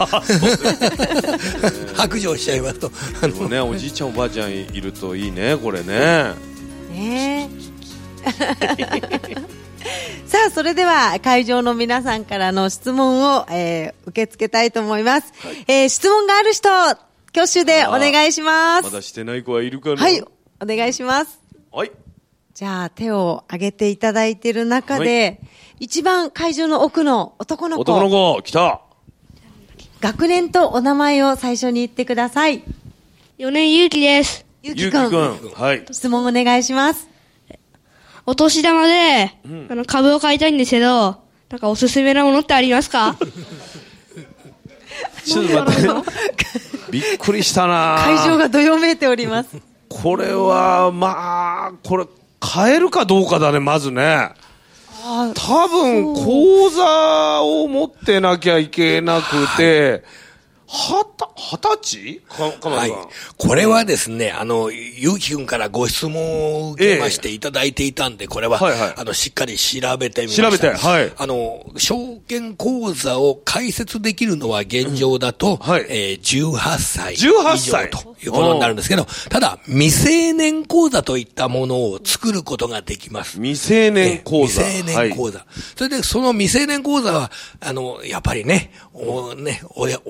[SPEAKER 4] 白状しちゃいますと。
[SPEAKER 3] でもね、おじいちゃんおばあちゃんいるといいね、これね。
[SPEAKER 2] ねさあ、それでは会場の皆さんからの質問を、えー、受け付けたいと思います、はい、えー、質問がある人挙手でお願いします。
[SPEAKER 3] まだしてない子はいるかな。
[SPEAKER 2] はい、お願いします。
[SPEAKER 3] はい、
[SPEAKER 2] じゃあ手を挙げていただいている中で、はい、一番会場の奥の男の子
[SPEAKER 3] 男の子来た。
[SPEAKER 2] 学年とお名前を最初に言ってください。
[SPEAKER 11] よねんゆうきです。
[SPEAKER 2] ゆうきくん、はい、質問お願いします。
[SPEAKER 11] お年玉で、うん、あの株を買いたいんですけど、なんかおすすめなものってありますか？
[SPEAKER 3] ちょっと待って。びっくりしたな。
[SPEAKER 2] 会場がどよめいております。
[SPEAKER 3] これはまあこれ買えるかどうかだね、まずね。多分口座を持ってなきゃいけなくて。はた、はたちか、か
[SPEAKER 4] はい。これはですね、あの、ゆうきくんからご質問を受けましていただいていたんで、これは、はいはい、あの、しっかり調べてみました。
[SPEAKER 3] 調べて、はい。
[SPEAKER 4] あの、証券口座を開設できるのは現状だと、うん、はい、えー、じゅうはっさい以上ということになるんですけど、ただ、未成年口座といったものを作ることができます。
[SPEAKER 3] 未成年口座。
[SPEAKER 4] 未成年口座。はい、それで、その未成年口座は、あの、やっぱりね、おね、親、親の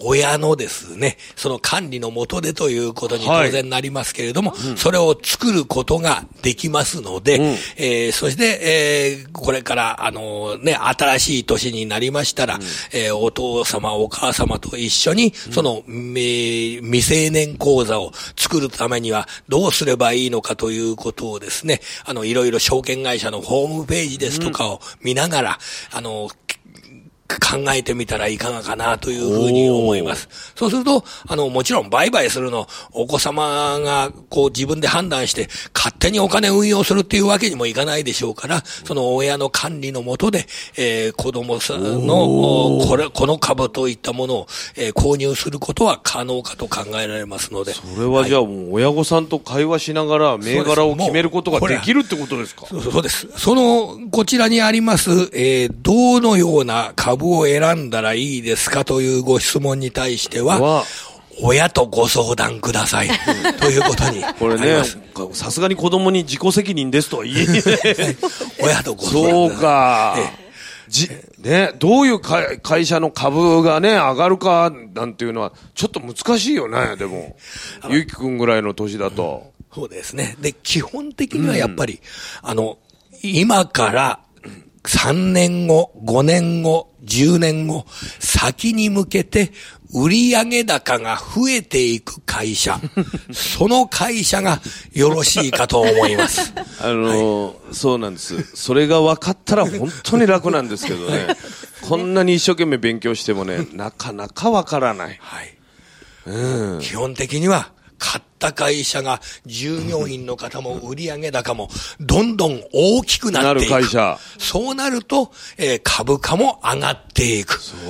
[SPEAKER 4] のですね、その管理の下でということに当然なりますけれども、はいうん、それを作ることができますので、うんえー、そして、えー、これから、あのね、新しい年になりましたら、うんえー、お父様、お母様と一緒に、その、うん、未成年口座を作るためにはどうすればいいのかということをですね、あの、いろいろ証券会社のホームページですとかを見ながら、うん、あの、考えてみたらいかがかなというふうに思います。そうすると、あの、もちろん売買するの、お子様がこう自分で判断して勝手にお金を運用するっていうわけにもいかないでしょうから、その親の管理のもとで、えー、子供さんの、これ、この株といったものを、えー、購入することは可能かと考えられますので。
[SPEAKER 3] それはじゃあもう親御さんと会話しながら銘柄を決めることができるってことですか？
[SPEAKER 4] そうそうです。その、こちらにあります、えー、どのような株を選んだらいいですかというご質問に対しては、親とご相談くださいということに
[SPEAKER 3] これね、さすがに子供に自己責任ですとは言えない
[SPEAKER 4] 親とご相談
[SPEAKER 3] そうか、じね、どういう会社の株がね上がるかなんていうのはちょっと難しいよね。でもゆうきくんぐらいの年だと、
[SPEAKER 4] うん、そうですね。で基本的にはやっぱり、うん、あの今からさんねんご、ごねんご、じゅうねんご、先に向けて売上高が増えていく会社、その会社がよろしいかと思います。
[SPEAKER 3] あのーはい、そうなんです。それが分かったら本当に楽なんですけどね。こんなに一生懸命勉強してもね、なかなか分からない。
[SPEAKER 4] はい。うん、基本的には買った会社が従業員の方も売上高もどんどん大きくなっていく。
[SPEAKER 3] なる会社。
[SPEAKER 4] そうなると、えー、株価も上がっていく。そう。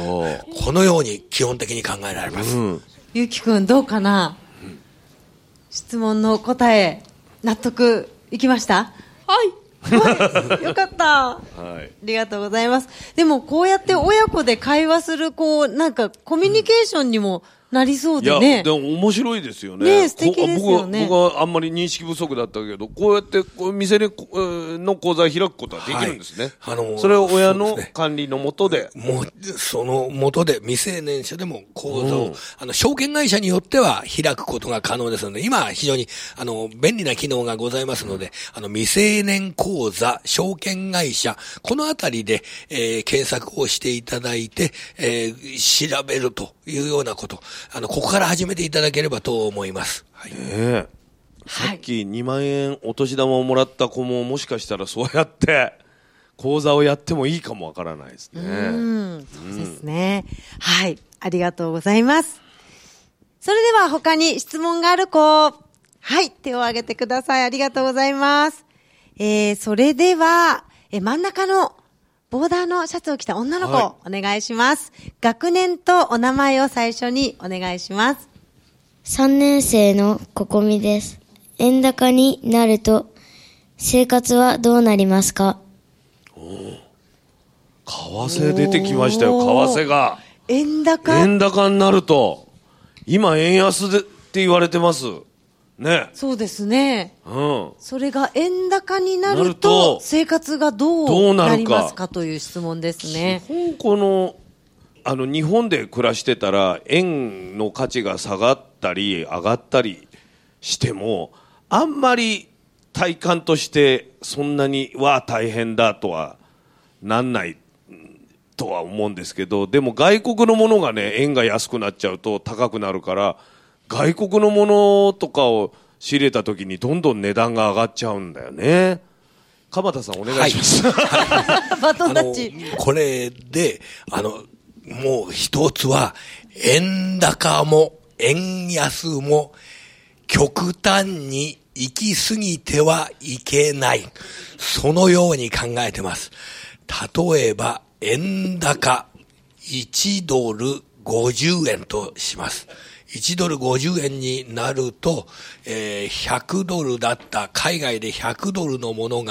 [SPEAKER 4] このように基本的に考えられます。うん、
[SPEAKER 2] ゆうきくんどうかな、うん、質問の答え納得いきました？はい。よかった、はい。ありがとうございます。でもこうやって親子で会話するこうなんかコミュニケーションにも、うんなりそうでね。
[SPEAKER 3] いや、でも面白いですよね。
[SPEAKER 2] ね、素敵ですよね。
[SPEAKER 3] 僕は、僕はあんまり認識不足だったけど、こうやってこう店の口座を開くことはできるんですね。はい、あのー、それを親の管理の下で。
[SPEAKER 4] もう、その下で未成年者でも口座を、うん、あの、証券会社によっては開くことが可能ですので、今非常に、あの、便利な機能がございますので、あの、未成年口座、証券会社、このあたりで、えー、検索をしていただいて、えー、調べるというようなこと。あの、ここから始めていただければと思います。はい。
[SPEAKER 3] ね、さっきにまんえんお年玉をもらった子ももしかしたらそうやって講座をやってもいいかもわからないですね。うん、
[SPEAKER 2] そうですね。はい。ありがとうございます。それでは他に質問がある子、はい、手を挙げてください。ありがとうございます。えー、それでは、え、真ん中のボーダーのシャツを着た女の子、はい、お願いします。学年とお名前を最初にお願いします。
[SPEAKER 5] さんねん生のここみです。円高になると生活はどうなりますか？
[SPEAKER 3] お為替出てきましたよ。為替が
[SPEAKER 2] 円高
[SPEAKER 3] 円高になると今円安でって言われてますね。
[SPEAKER 2] そうですね。
[SPEAKER 3] うん。
[SPEAKER 2] それが円高になると生活がどうなりますかという質問ですね。
[SPEAKER 3] 基本このあの日本で暮らしてたら円の価値が下がったり上がったりしてもあんまり体感としてそんなには大変だとはなんないとは思うんですけど、でも外国のものがね円が安くなっちゃうと高くなるから外国のものとかを仕入れた時にどんどん値段が上がっちゃうんだよね。鎌田さんお願いします。
[SPEAKER 2] はい、バトンタッチ。
[SPEAKER 4] これであのもう一つは円高も円安も極端に行き過ぎてはいけない。そのように考えてます。例えば円高いちドルごじゅうえんとします。いちドルごじゅうえんになると、えー、ひゃくドルだった、海外でひゃくドルのものが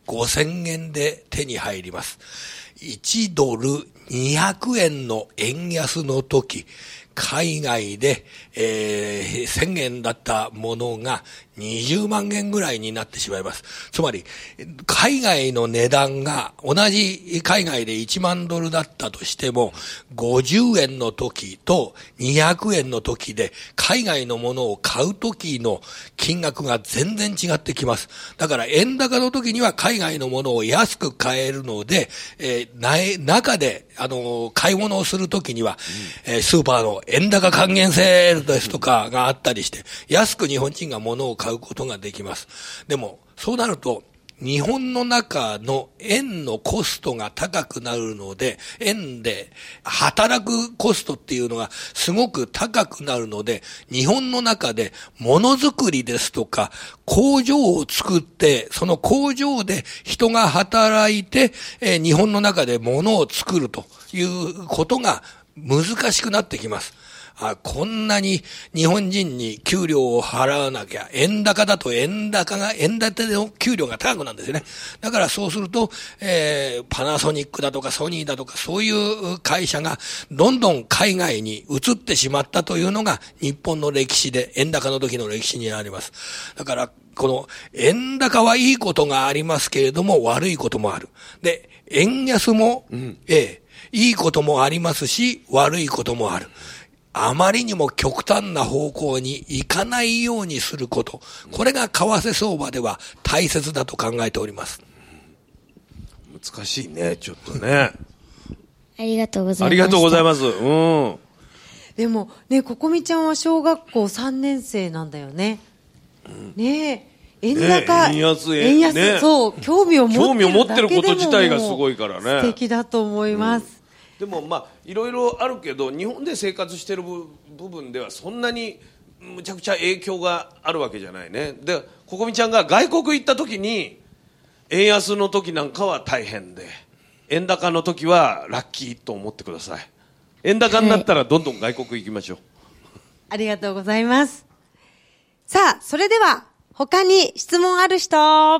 [SPEAKER 4] ごせんえんで手に入ります。いちドルにひゃくえんの円安の時、海外で、えー、せんえんだったものがにじゅうまんえんぐらいになってしまいます。つまり、海外の値段が同じ海外でいちまんドルだったとしても、ごじゅうえんの時とにひゃくえんの時で、海外のものを買う時の金額が全然違ってきます。だから円高の時には海外のものを安く買えるので、えー、中で、あのー、買い物をする時には、うん、えー、スーパーの円高還元セールですとかがあったりして、安く日本人が物を買うことができます。でも、そうなると、日本の中の円のコストが高くなるので、円で働くコストっていうのがすごく高くなるので、日本の中でものづくりですとか工場を作って、その工場で人が働いて、えー、日本の中で物を作るということが難しくなってきます。あ、こんなに日本人に給料を払わなきゃ、円高だと円高が、円建ての給料が高くなるんですよね。だからそうすると、えー、パナソニックだとかソニーだとかそういう会社がどんどん海外に移ってしまったというのが日本の歴史で、円高の時の歴史になります。だから、この円高はいいことがありますけれども悪いこともある。で、円安も、うん、ええ、いいこともありますし、悪いこともある。あまりにも極端な方向に行かないようにすること。これが為替相場では大切だと考えております。
[SPEAKER 3] 難しいね、ちょっとね。
[SPEAKER 5] ありがとうございます。
[SPEAKER 3] ありがとうございます。うん。
[SPEAKER 2] でもね、ここみちゃんは小学校さんねん生なんだよね。うん、ねえ、円高、
[SPEAKER 3] ね、円安、
[SPEAKER 2] 円安、ね、そう、興味を持ってる
[SPEAKER 3] 興味を持ってること自体がすごいからね。
[SPEAKER 2] 素敵だと思います。うん
[SPEAKER 3] でもまあいろいろあるけど日本で生活してる部分ではそんなにむちゃくちゃ影響があるわけじゃないね。でここみちゃんが外国行った時に円安の時なんかは大変で円高の時はラッキーと思ってください。円高になったらどんどん外国行きましょう、はい、
[SPEAKER 2] ありがとうございます。さあそれでは他に質問ある人。はい、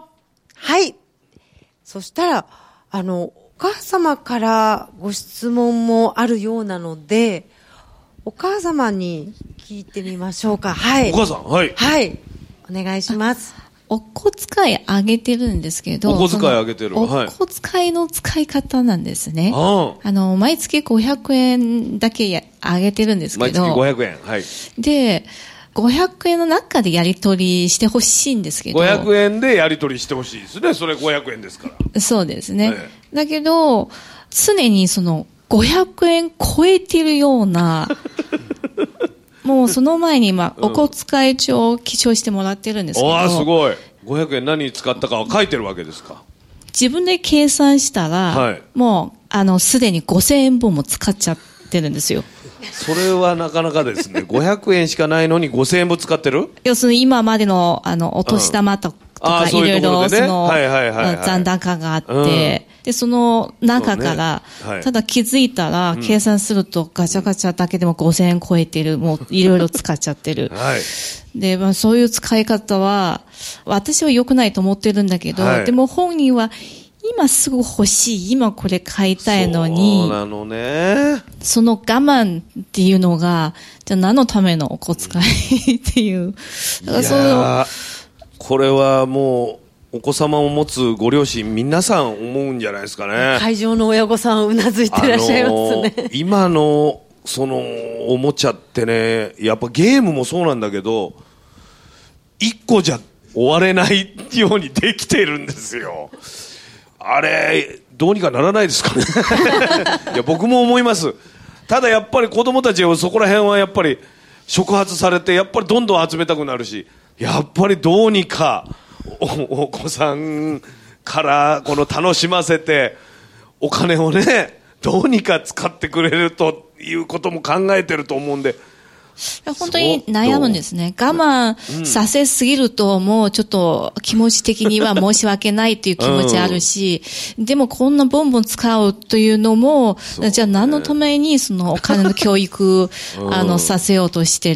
[SPEAKER 2] そしたらあのお母様からご質問もあるようなので、お母様に聞いてみましょうか。はい。
[SPEAKER 3] お母さん、はい。
[SPEAKER 2] はい。お願いします。
[SPEAKER 10] お小遣いあげてるんですけど、
[SPEAKER 3] お小遣いあげてる。
[SPEAKER 10] お小遣いの使い方なんですね。はい、あの、毎月ごひゃくえんだけあげてるんですけど。
[SPEAKER 3] 毎月ごひゃくえん。はい。
[SPEAKER 10] で、ごひゃくえんの中でやり取りしてほしいんですけど。
[SPEAKER 3] ごひゃくえんでやり取りしてほしいですね。それごひゃくえんですから。
[SPEAKER 10] そうですね。ええ、だけど、常にそのごひゃくえん超えてるような、もうその前に今、お小遣い帳を記帳してもらってるんですけど。
[SPEAKER 3] ああ、すごい。ごひゃくえん何に使ったかは書いてるわけですか。
[SPEAKER 10] 自分で計算したら、はい、もう、あの、すでにごせんえんぶんも使っちゃってるんですよ。
[SPEAKER 3] それはなかなかですね。ごひゃくえんしかないのにごせんえんぶん使ってる？
[SPEAKER 10] 要するに今までの、あの、お年玉とか、いろいろ、その、残高があって、うん、で、その中から、ねはい、ただ気づいたら、計算するとガチャガチャだけでもごせんえん超えてる、もういろいろ使っちゃってる。はい、で、まあそういう使い方は、私は良くないと思ってるんだけど、はい、でも本人は、今すぐ欲しい、今これ買いたいのに、
[SPEAKER 3] そうなのね。
[SPEAKER 10] その我慢っていうのが、じゃあ何のためのお小遣いっていう。だからその
[SPEAKER 3] これはもう、お子様を持つご両親、皆さん思うんじゃないですかね。
[SPEAKER 2] 会場の親御さんうなずいてらっしゃいますね。
[SPEAKER 3] あのー、今の、その、おもちゃってね、やっぱゲームもそうなんだけど、一個じゃ終われないようにできてるんですよ。あれどうにかならないですかね。いや僕も思います。ただやっぱり子供たちはそこら辺はやっぱり触発されてやっぱりどんどん集めたくなるし、やっぱりどうにか お, お子さんからこの楽しませてお金をねどうにか使ってくれるということも考えてると思うんで。
[SPEAKER 10] 本当に悩むんですね。我慢させすぎるともうちょっと気持ち的には申し訳ないっていう気持ちあるし、うん、でもこんなボンボン使うというのも、ね、じゃあ何のためにそのお金の教育、あの、させようとしてる。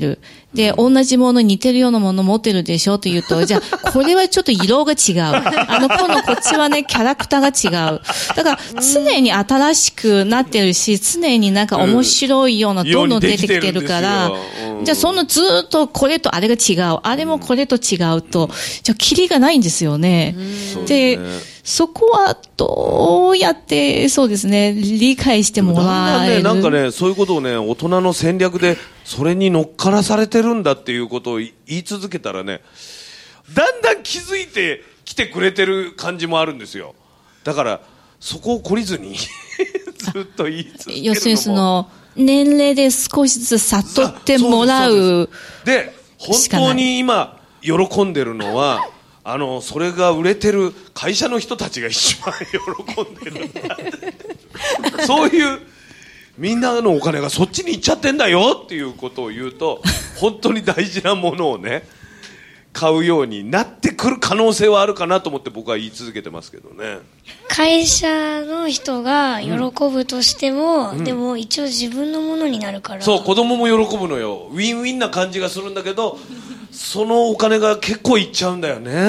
[SPEAKER 10] で、同じものに似てるようなもの持ってるでしょと言うと、じゃあ、これはちょっと色が違う。あの、このこっちはね、キャラクターが違う。だから、常に新しくなってるし、常になんか面白いような、どんどん出てきてるから、うん、じゃあ、そのずっとこれとあれが違う。あれもこれと違うと、じゃあ、キリがないんですよね。うん、で、そこはどうやってそうですね理解してもらえる。
[SPEAKER 3] なんかね、そういうことをね、大人の戦略でそれに乗っからされてるんだっていうことを言い続けたらね、だんだん気づいてきてくれてる感じもあるんですよ。だからそこを懲りずにずっと言い続けるのも、
[SPEAKER 10] 要するにその年齢で少しずつ悟ってもらう。
[SPEAKER 3] で、本当に今喜んでるのはあのそれが売れてる会社の人たちが一番喜んでるんだってそういうみんなのお金がそっちに行っちゃってんだよっていうことを言うと、本当に大事なものをね買うようになってくる可能性はあるかなと思って僕は言い続けてますけどね。
[SPEAKER 12] 会社の人が喜ぶとしても、うん、でも一応自分のものになるから。
[SPEAKER 3] そう、子供も喜ぶのよ。ウィンウィンな感じがするんだけどそのお金が結構いっちゃうんだよね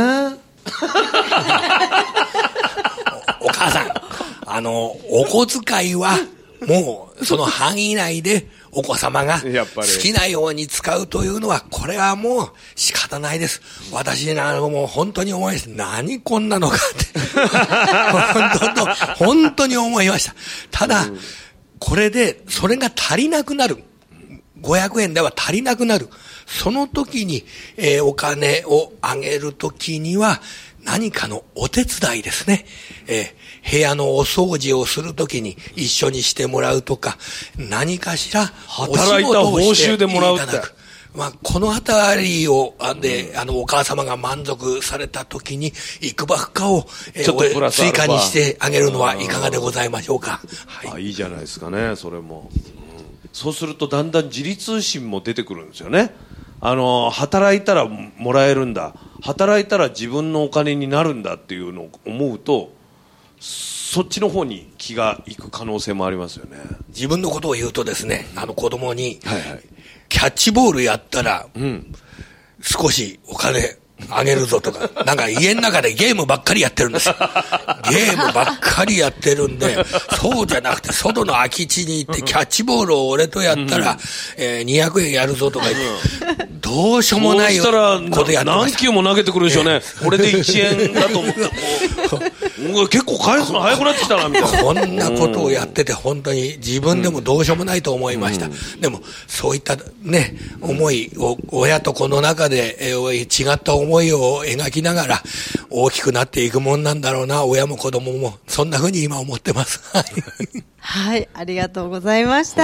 [SPEAKER 4] お, お母さん、あのお小遣いはもうその範囲内でお子様が好きなように使うというのはこれはもう仕方ないです。私なもう本当に思いました。何こんなのかって本当本当に思いました。ただ、うん、これでそれが足りなくなる、ごひゃくえんでは足りなくなる、その時に、えー、お金をあげる時には何かのお手伝いですね、えー、部屋のお掃除をするときに一緒にしてもらうとか、何かしら
[SPEAKER 3] 働いた報酬でもらうって、
[SPEAKER 4] まあ、このあたりをあで、あのお母様が満足されたときにいくばくかを、えー、追加にしてあげるのはいかがでございましょうか。
[SPEAKER 3] はい、あ、いいじゃないですかね、それも、うん、そうするとだんだん自立心も出てくるんですよね。あの働いたらもらえるんだ、働いたら自分のお金になるんだっていうのを思うと、そっちの方に気がいく可能性もありますよね。
[SPEAKER 4] 自分のことを言うとですね、あの子供に、はいはい、キャッチボールやったら、うん、少しお金あげるぞとか、なんか家の中でゲームばっかりやってるんですよ。ゲームばっかりやってるんで、そうじゃなくて外の空き地に行ってキャッチボールを俺とやったら、えー、にひゃくえんやるぞとか言って、どうしようもないことやってました。
[SPEAKER 3] そうしたら何球も投げてくるでしょうね。これでいちえんだと思ってもう結構返すの早くなってきたなみたいな。
[SPEAKER 4] こんなことをやってて本当に自分でもどうしようもないと思いました。うん、でもそういったね思いを親と子の中で、えー、違った思いを描きながら大きくなっていくもんなんだろうな、親も子供もそんな風に今思ってます。
[SPEAKER 2] はい、ありがとうございました。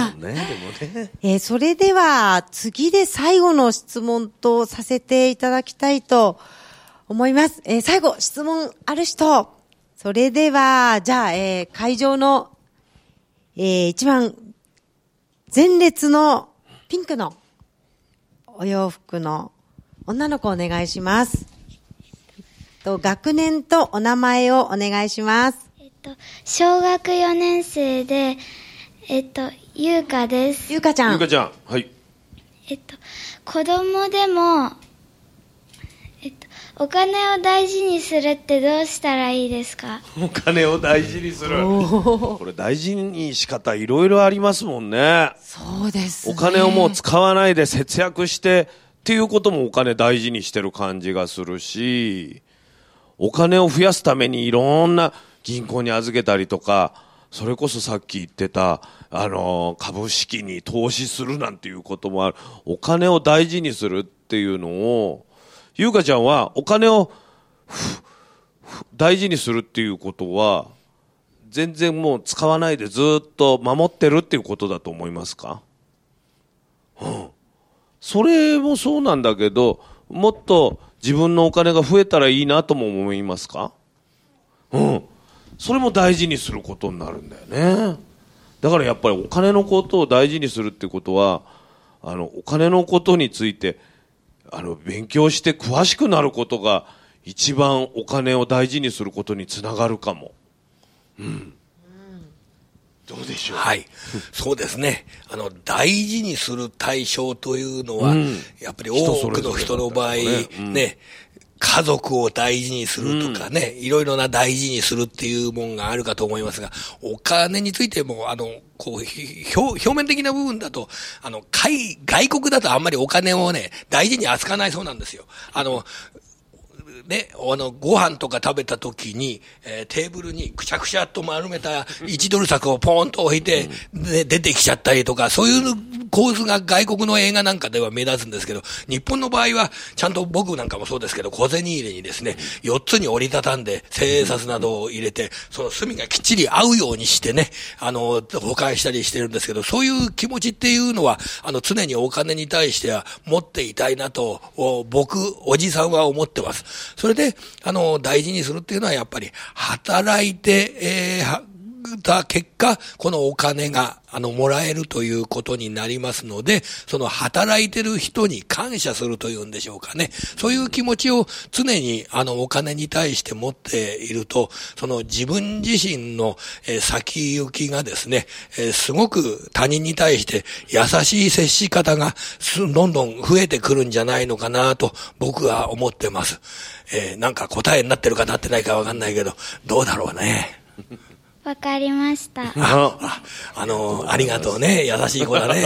[SPEAKER 2] ね、でもね、えー、それでは次で最後の質問とさせていただきたいと思います。えー、最後質問ある人。それではじゃあ、えー、会場の、えー、一番前列のピンクのお洋服の女の子お願いします。と学年とお名前をお願いします。
[SPEAKER 13] えっと小学よねん生でえっとゆうかです。
[SPEAKER 2] ゆうかちゃん。
[SPEAKER 3] ゆうかちゃん、はい。
[SPEAKER 13] えっと子供でもえっとお金を大事にするってどうしたらいいですか？
[SPEAKER 3] お金を大事にする。これ大事に仕方いろいろありますもんね。
[SPEAKER 2] そうですね。
[SPEAKER 3] お金をもう使わないで節約してっていうこともお金大事にしてる感じがするし、お金を増やすためにいろんな銀行に預けたりとか、それこそさっき言ってたあの株式に投資するなんていうこともある。お金を大事にするっていうのを、ゆうかちゃんはお金を大事にするっていうことは全然もう使わないでずっと守ってるっていうことだと思いますか？うん、それもそうなんだけど、もっと自分のお金が増えたらいいなとも思いますか？うん。それも大事にすることになるんだよね。だからやっぱりお金のことを大事にするってことは、あの、お金のことについて、あの、勉強して詳しくなることが一番お金を大事にすることにつながるかも。うん。 どうでしょう。
[SPEAKER 4] はい。そうですね。あの、大事にする対象というのは、うん、やっぱり多くの人の場合、ね、うん、ね、家族を大事にするとかね、うん、いろいろな大事にするっていうもんがあるかと思いますが、お金についても、あの、こう、表、表面的な部分だと、あの、海、外国だとあんまりお金をね、大事に扱わないそうなんですよ。あの、ね、あの、ご飯とか食べた時に、えー、テーブルにくしゃくしゃっと丸めたいちドル札をポーンと置いて、ね、出てきちゃったりとか、そういう構図が外国の映画なんかでは目立つんですけど、日本の場合は、ちゃんと僕なんかもそうですけど、小銭入れにですね、よっつに折りたたんで、千円札などを入れて、その隅がきっちり合うようにしてね、あの、保管したりしてるんですけど、そういう気持ちっていうのは、あの、常にお金に対しては持っていたいなと、僕、おじさんは思ってます。それで、あの、大事にするっていうのはやっぱり、働いて、えー、た結果、このお金が、あの、もらえるということになりますので、その働いてる人に感謝するというんでしょうかね。そういう気持ちを常に、あの、お金に対して持っていると、その自分自身の、えー、先行きがですね、えー、すごく他人に対して優しい接し方がどんどん増えてくるんじゃないのかなと僕は思ってます。えー、なんか答えになってるかなってないかわかんないけど、どうだろうね。
[SPEAKER 13] わかりました。
[SPEAKER 4] あ、あ、あの、ありがとうね。優しい子だね。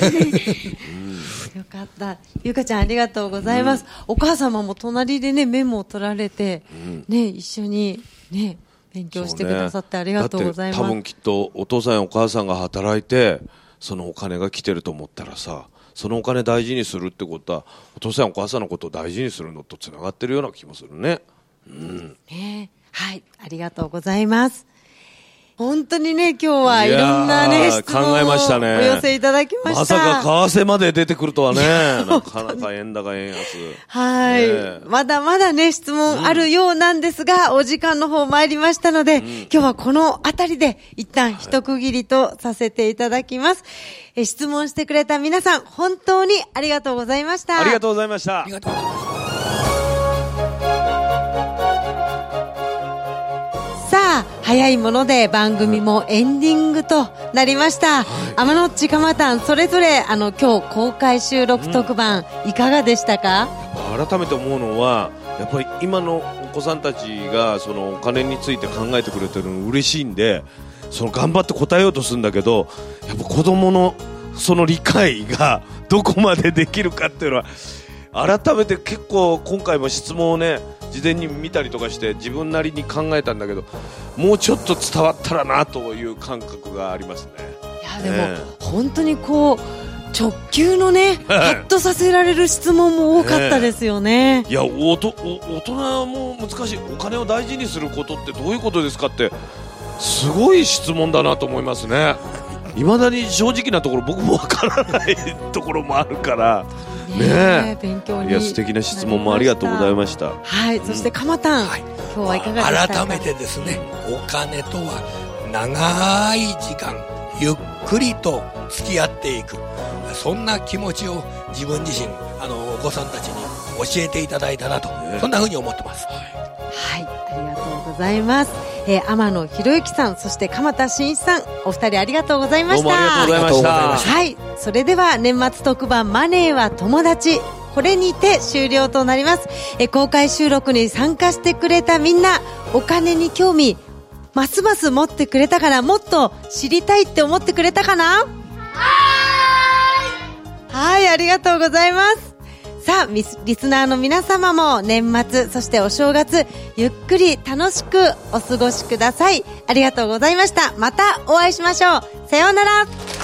[SPEAKER 2] よかった。ゆかちゃんありがとうございます。うん、お母様も隣でね、メモを取られて、うん、ね、一緒にね、勉強してくださってありがとうございます。
[SPEAKER 3] だって多分きっとお父さんやお母さんが働いて、そのお金が来てると思ったらさ、そのお金大事にするってことは、お父さんやお母さんのことを大事にするのとつながってるような気もするね。うん。
[SPEAKER 2] ね、はい、ありがとうございます。本当にね、今日はいろんなね、質問をお寄せいただきました。
[SPEAKER 3] まさか為替まで出てくるとはね、なかなか円高円安。
[SPEAKER 2] はい、ね。まだまだね、質問あるようなんですが、うん、お時間の方参りましたので、うん、今日はこのあたりで一旦一区切りとさせていただきます。え質問してくれた皆さん、本当にありがとうございました。
[SPEAKER 3] ありがとうございました。
[SPEAKER 4] ありがとうございました。
[SPEAKER 2] さあ、早いもので番組もエンディングとなりました。天のっちかまたん、それぞれあの今日公開収録特番、うん、いかがでしたか？
[SPEAKER 3] 改めて思うのは、やっぱり今のお子さんたちがそのお金について考えてくれてるの嬉しいんで、その頑張って答えようとするんだけど、やっぱ子供のその理解がどこまでできるかっていうのは、改めて結構今回も質問をね、事前に見たりとかして自分なりに考えたんだけど、もうちょっと伝わったらなという感覚がありますね。
[SPEAKER 2] いやでも、ね、本当にこう直球のね、ハッとさせられる質問も多かったですよね。
[SPEAKER 3] ね、いやおとお大人も難しい。お金を大事にすることってどういうことですかってすごい質問だなと思いますね。未だに正直なところ僕もわからないところもあるからねえ、勉強に。いや素敵な質問もありがとうございました。
[SPEAKER 2] はい、うん、そしてかまたん、はい、今日はいかがでしたか？
[SPEAKER 4] 改めてですね、お金とは長い時間ゆっくりと付き合っていく、そんな気持ちを自分自身、あのお子さんたちに教えていただいたなと、ね、そんな風に思ってます。
[SPEAKER 2] はい、はい、ありがとうございます。えー、天野博之さん、そして鎌田真一さん、お二人ありがとうございました。
[SPEAKER 3] どうもありがとうございました。
[SPEAKER 2] はい、それでは年末特番マネーは友達、これにて終了となります。えー、公開収録に参加してくれたみんな、お金に興味ますます持ってくれたかな、もっと知りたいって思ってくれたかな。はーい、はい、ありがとうございます。さあ、リスナーの皆様も年末、そしてお正月、ゆっくり楽しくお過ごしください。ありがとうございました。またお会いしましょう。さようなら。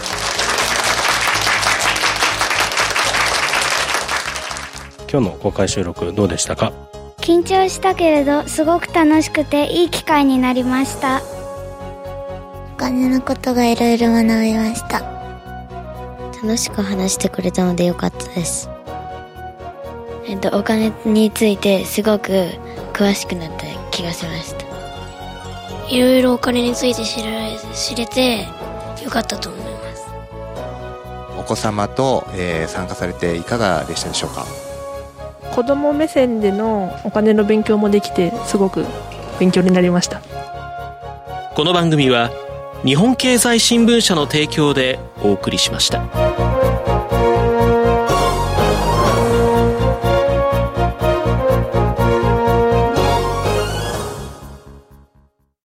[SPEAKER 14] 今日の公開収録どうでしたか？
[SPEAKER 13] 緊張したけれどすごく楽しくていい機会になりました。
[SPEAKER 5] お金のことがいろいろ学びました。楽しく話してくれたのでよかったです。えっと、お金についてすごく詳しくなった気がしました。
[SPEAKER 12] いろいろお金について知られ、知れてよかったと思います。
[SPEAKER 15] お子様と、えー、参加されていかがでしたでしょうか？
[SPEAKER 16] 子供目線でのお金の勉強もできてすごく勉強になりました。
[SPEAKER 1] この番組は日本経済新聞社の提供でお送りしました。